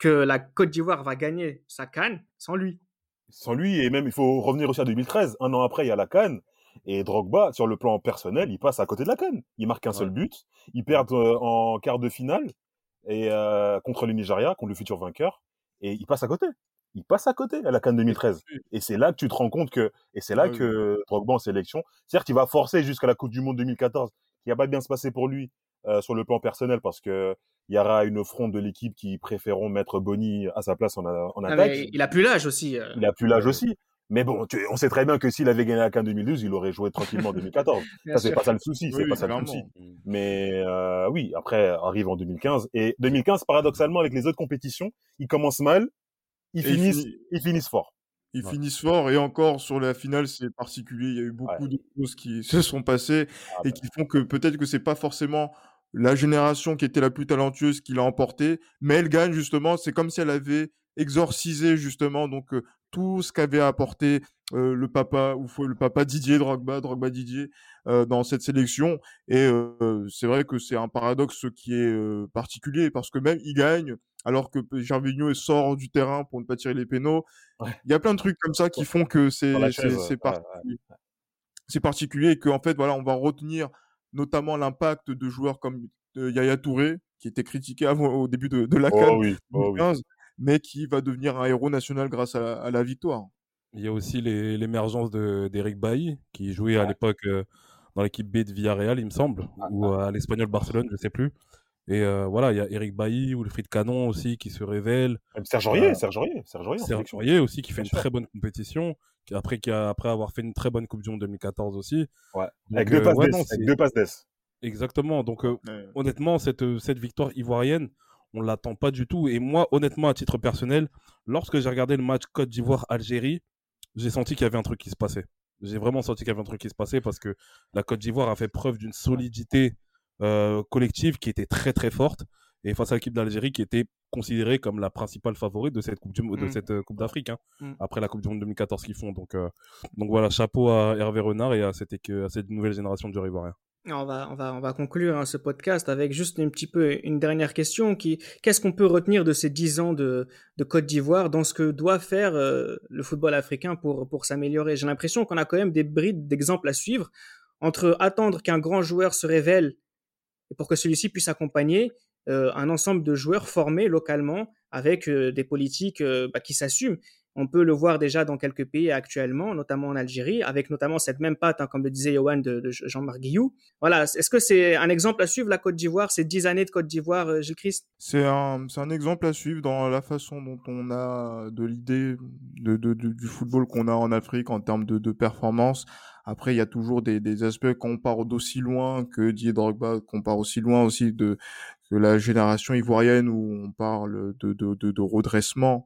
que la Côte d'Ivoire va gagner sa CAN sans lui. Sans lui, et même il faut revenir aussi à deux mille treize. Un an après, il y a la CAN. Et Drogba, sur le plan personnel, il passe à côté de la CAN. Il marque un ouais. seul but. Ils perdent euh, en quart de finale et euh, contre le Nigeria, contre le futur vainqueur. Et il passe à côté. Il passe à côté à la CAN deux mille treize. Et c'est là que tu te rends compte que, et c'est là ouais, que oui. Drogba en sélection, certes, il va forcer jusqu'à la Coupe du Monde deux mille quatorze, qui va pas bien se passer pour lui euh, sur le plan personnel, parce que il y aura une fronde de l'équipe qui préféreront mettre Boni à sa place en, en attaque. Ah, mais il a plus l'âge aussi. Euh... Il a plus l'âge aussi. Mais bon, tu, on sait très bien que s'il avait gagné la CAN deux mille douze, il aurait joué tranquillement en deux mille quatorze. Ça, c'est sûr. Pas ça le souci, oui, c'est oui, pas ça le souci. Mais euh, oui, après, arrive en deux mille quinze. Et deux mille quinze, paradoxalement, avec les autres compétitions, ils commencent mal, ils, finissent, ils, finissent, ils finissent fort. Ils ouais. finissent fort, et encore, sur la finale, c'est particulier. Il y a eu beaucoup ouais. de choses qui se sont passées ah, et ben. qui font que peut-être que c'est pas forcément la génération qui était la plus talentueuse qui l'a emporté, mais elle gagne justement. C'est comme si elle avait exorcisé justement donc euh, tout ce qu'avait apporté euh, le papa ou le papa Didier Drogba, Drogba Didier euh, dans cette sélection. Et euh, c'est vrai que c'est un paradoxe qui est euh, particulier, parce que même il gagne alors que Gervinho sort du terrain pour ne pas tirer les pénaux. Ouais. Il y a plein de trucs comme ça qui font que c'est c'est, chaise, c'est, ouais, particulier. Ouais. c'est particulier et qu'en fait voilà, on va retenir notamment l'impact de joueurs comme euh, Yaya Touré, qui était critiqué avant, au début de, de la CAN oh oui, oh deux mille quinze, oui. mais qui va devenir un héros national grâce à, à la victoire. Il y a aussi les, l'émergence de, d'Eric Bailly, qui jouait ouais. à l'époque euh, dans l'équipe B de Villarreal, il me semble, ouais. ou à l'Espagnol Barcelone, je ne sais plus. Et euh, voilà, il y a Eric Bailly, Wilfried Canon aussi, qui se révèle. Même Serge Aurier, euh, Serge Aurier, Serge Aurier, Serge Aurier aussi, qui fait une très bonne compétition, qui, après, qui a, après avoir fait une très bonne Coupe du Monde deux mille quatorze aussi. Ouais. Donc, avec, deux euh, passes ouais, non, avec deux passes d'ess. Exactement. Donc, euh, ouais. honnêtement, cette, cette victoire ivoirienne, on ne l'attend pas du tout. Et moi, honnêtement, à titre personnel, lorsque j'ai regardé le match Côte d'Ivoire-Algérie, j'ai senti qu'il y avait un truc qui se passait. J'ai vraiment senti qu'il y avait un truc qui se passait, parce que la Côte d'Ivoire a fait preuve d'une solidité euh, collective qui était très très forte, et face à l'équipe d'Algérie qui était considérée comme la principale favorite de cette Coupe, du, mmh. de cette, euh, coupe d'Afrique, hein, mmh. après la Coupe du Monde deux mille quatorze qu'ils font. Donc, euh, donc voilà, chapeau à Hervé Renard et à cette, à cette nouvelle génération de joueurs ivoiriens. On va, on va, on va conclure hein, ce podcast avec juste un petit peu une dernière question. Qui, qu'est-ce qu'on peut retenir de ces dix ans de, de Côte d'Ivoire dans ce que doit faire euh, le football africain pour, pour s'améliorer? J'ai l'impression qu'on a quand même des brides d'exemples à suivre, entre attendre qu'un grand joueur se révèle et pour que celui-ci puisse accompagner euh, un ensemble de joueurs formés localement avec euh, des politiques euh, bah, qui s'assument. On peut le voir déjà dans quelques pays actuellement, notamment en Algérie, avec notamment cette même patte, hein, comme le disait Yohan, de, de Jean-Marc Guillou. Voilà, est-ce que c'est un exemple à suivre, la Côte d'Ivoire, ces dix années de Côte d'Ivoire, euh, Gilles Christ? C'est un, c'est un exemple à suivre dans la façon dont on a de l'idée de, de, de, du football qu'on a en Afrique en termes de, de performance. Après, il y a toujours des, des aspects qu'on part d'aussi loin que Didier Drogba, qu'on part aussi loin aussi de, de la génération ivoirienne, où on parle de, de, de, de redressement.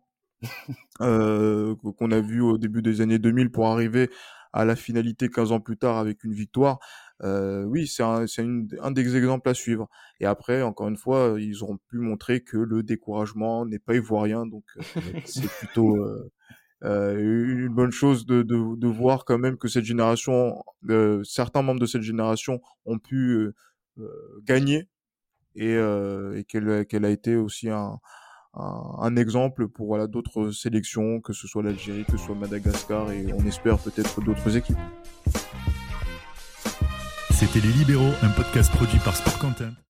euh, qu'on a vu au début des années deux mille pour arriver à la finalité quinze ans plus tard avec une victoire. Euh, oui, c'est, un, c'est une, un des exemples à suivre. Et après, encore une fois, ils auront pu montrer que le découragement n'est pas ivoirien, donc euh, c'est plutôt euh, euh, une bonne chose de, de, de voir quand même que cette génération, euh, certains membres de cette génération ont pu euh, euh, gagner et, euh, et qu'elle, qu'elle a été aussi un Un, un exemple pour voilà, d'autres sélections, que ce soit l'Algérie, que ce soit Madagascar, et on espère peut-être d'autres équipes. C'était Les Libéraux, un podcast produit par Sport Content.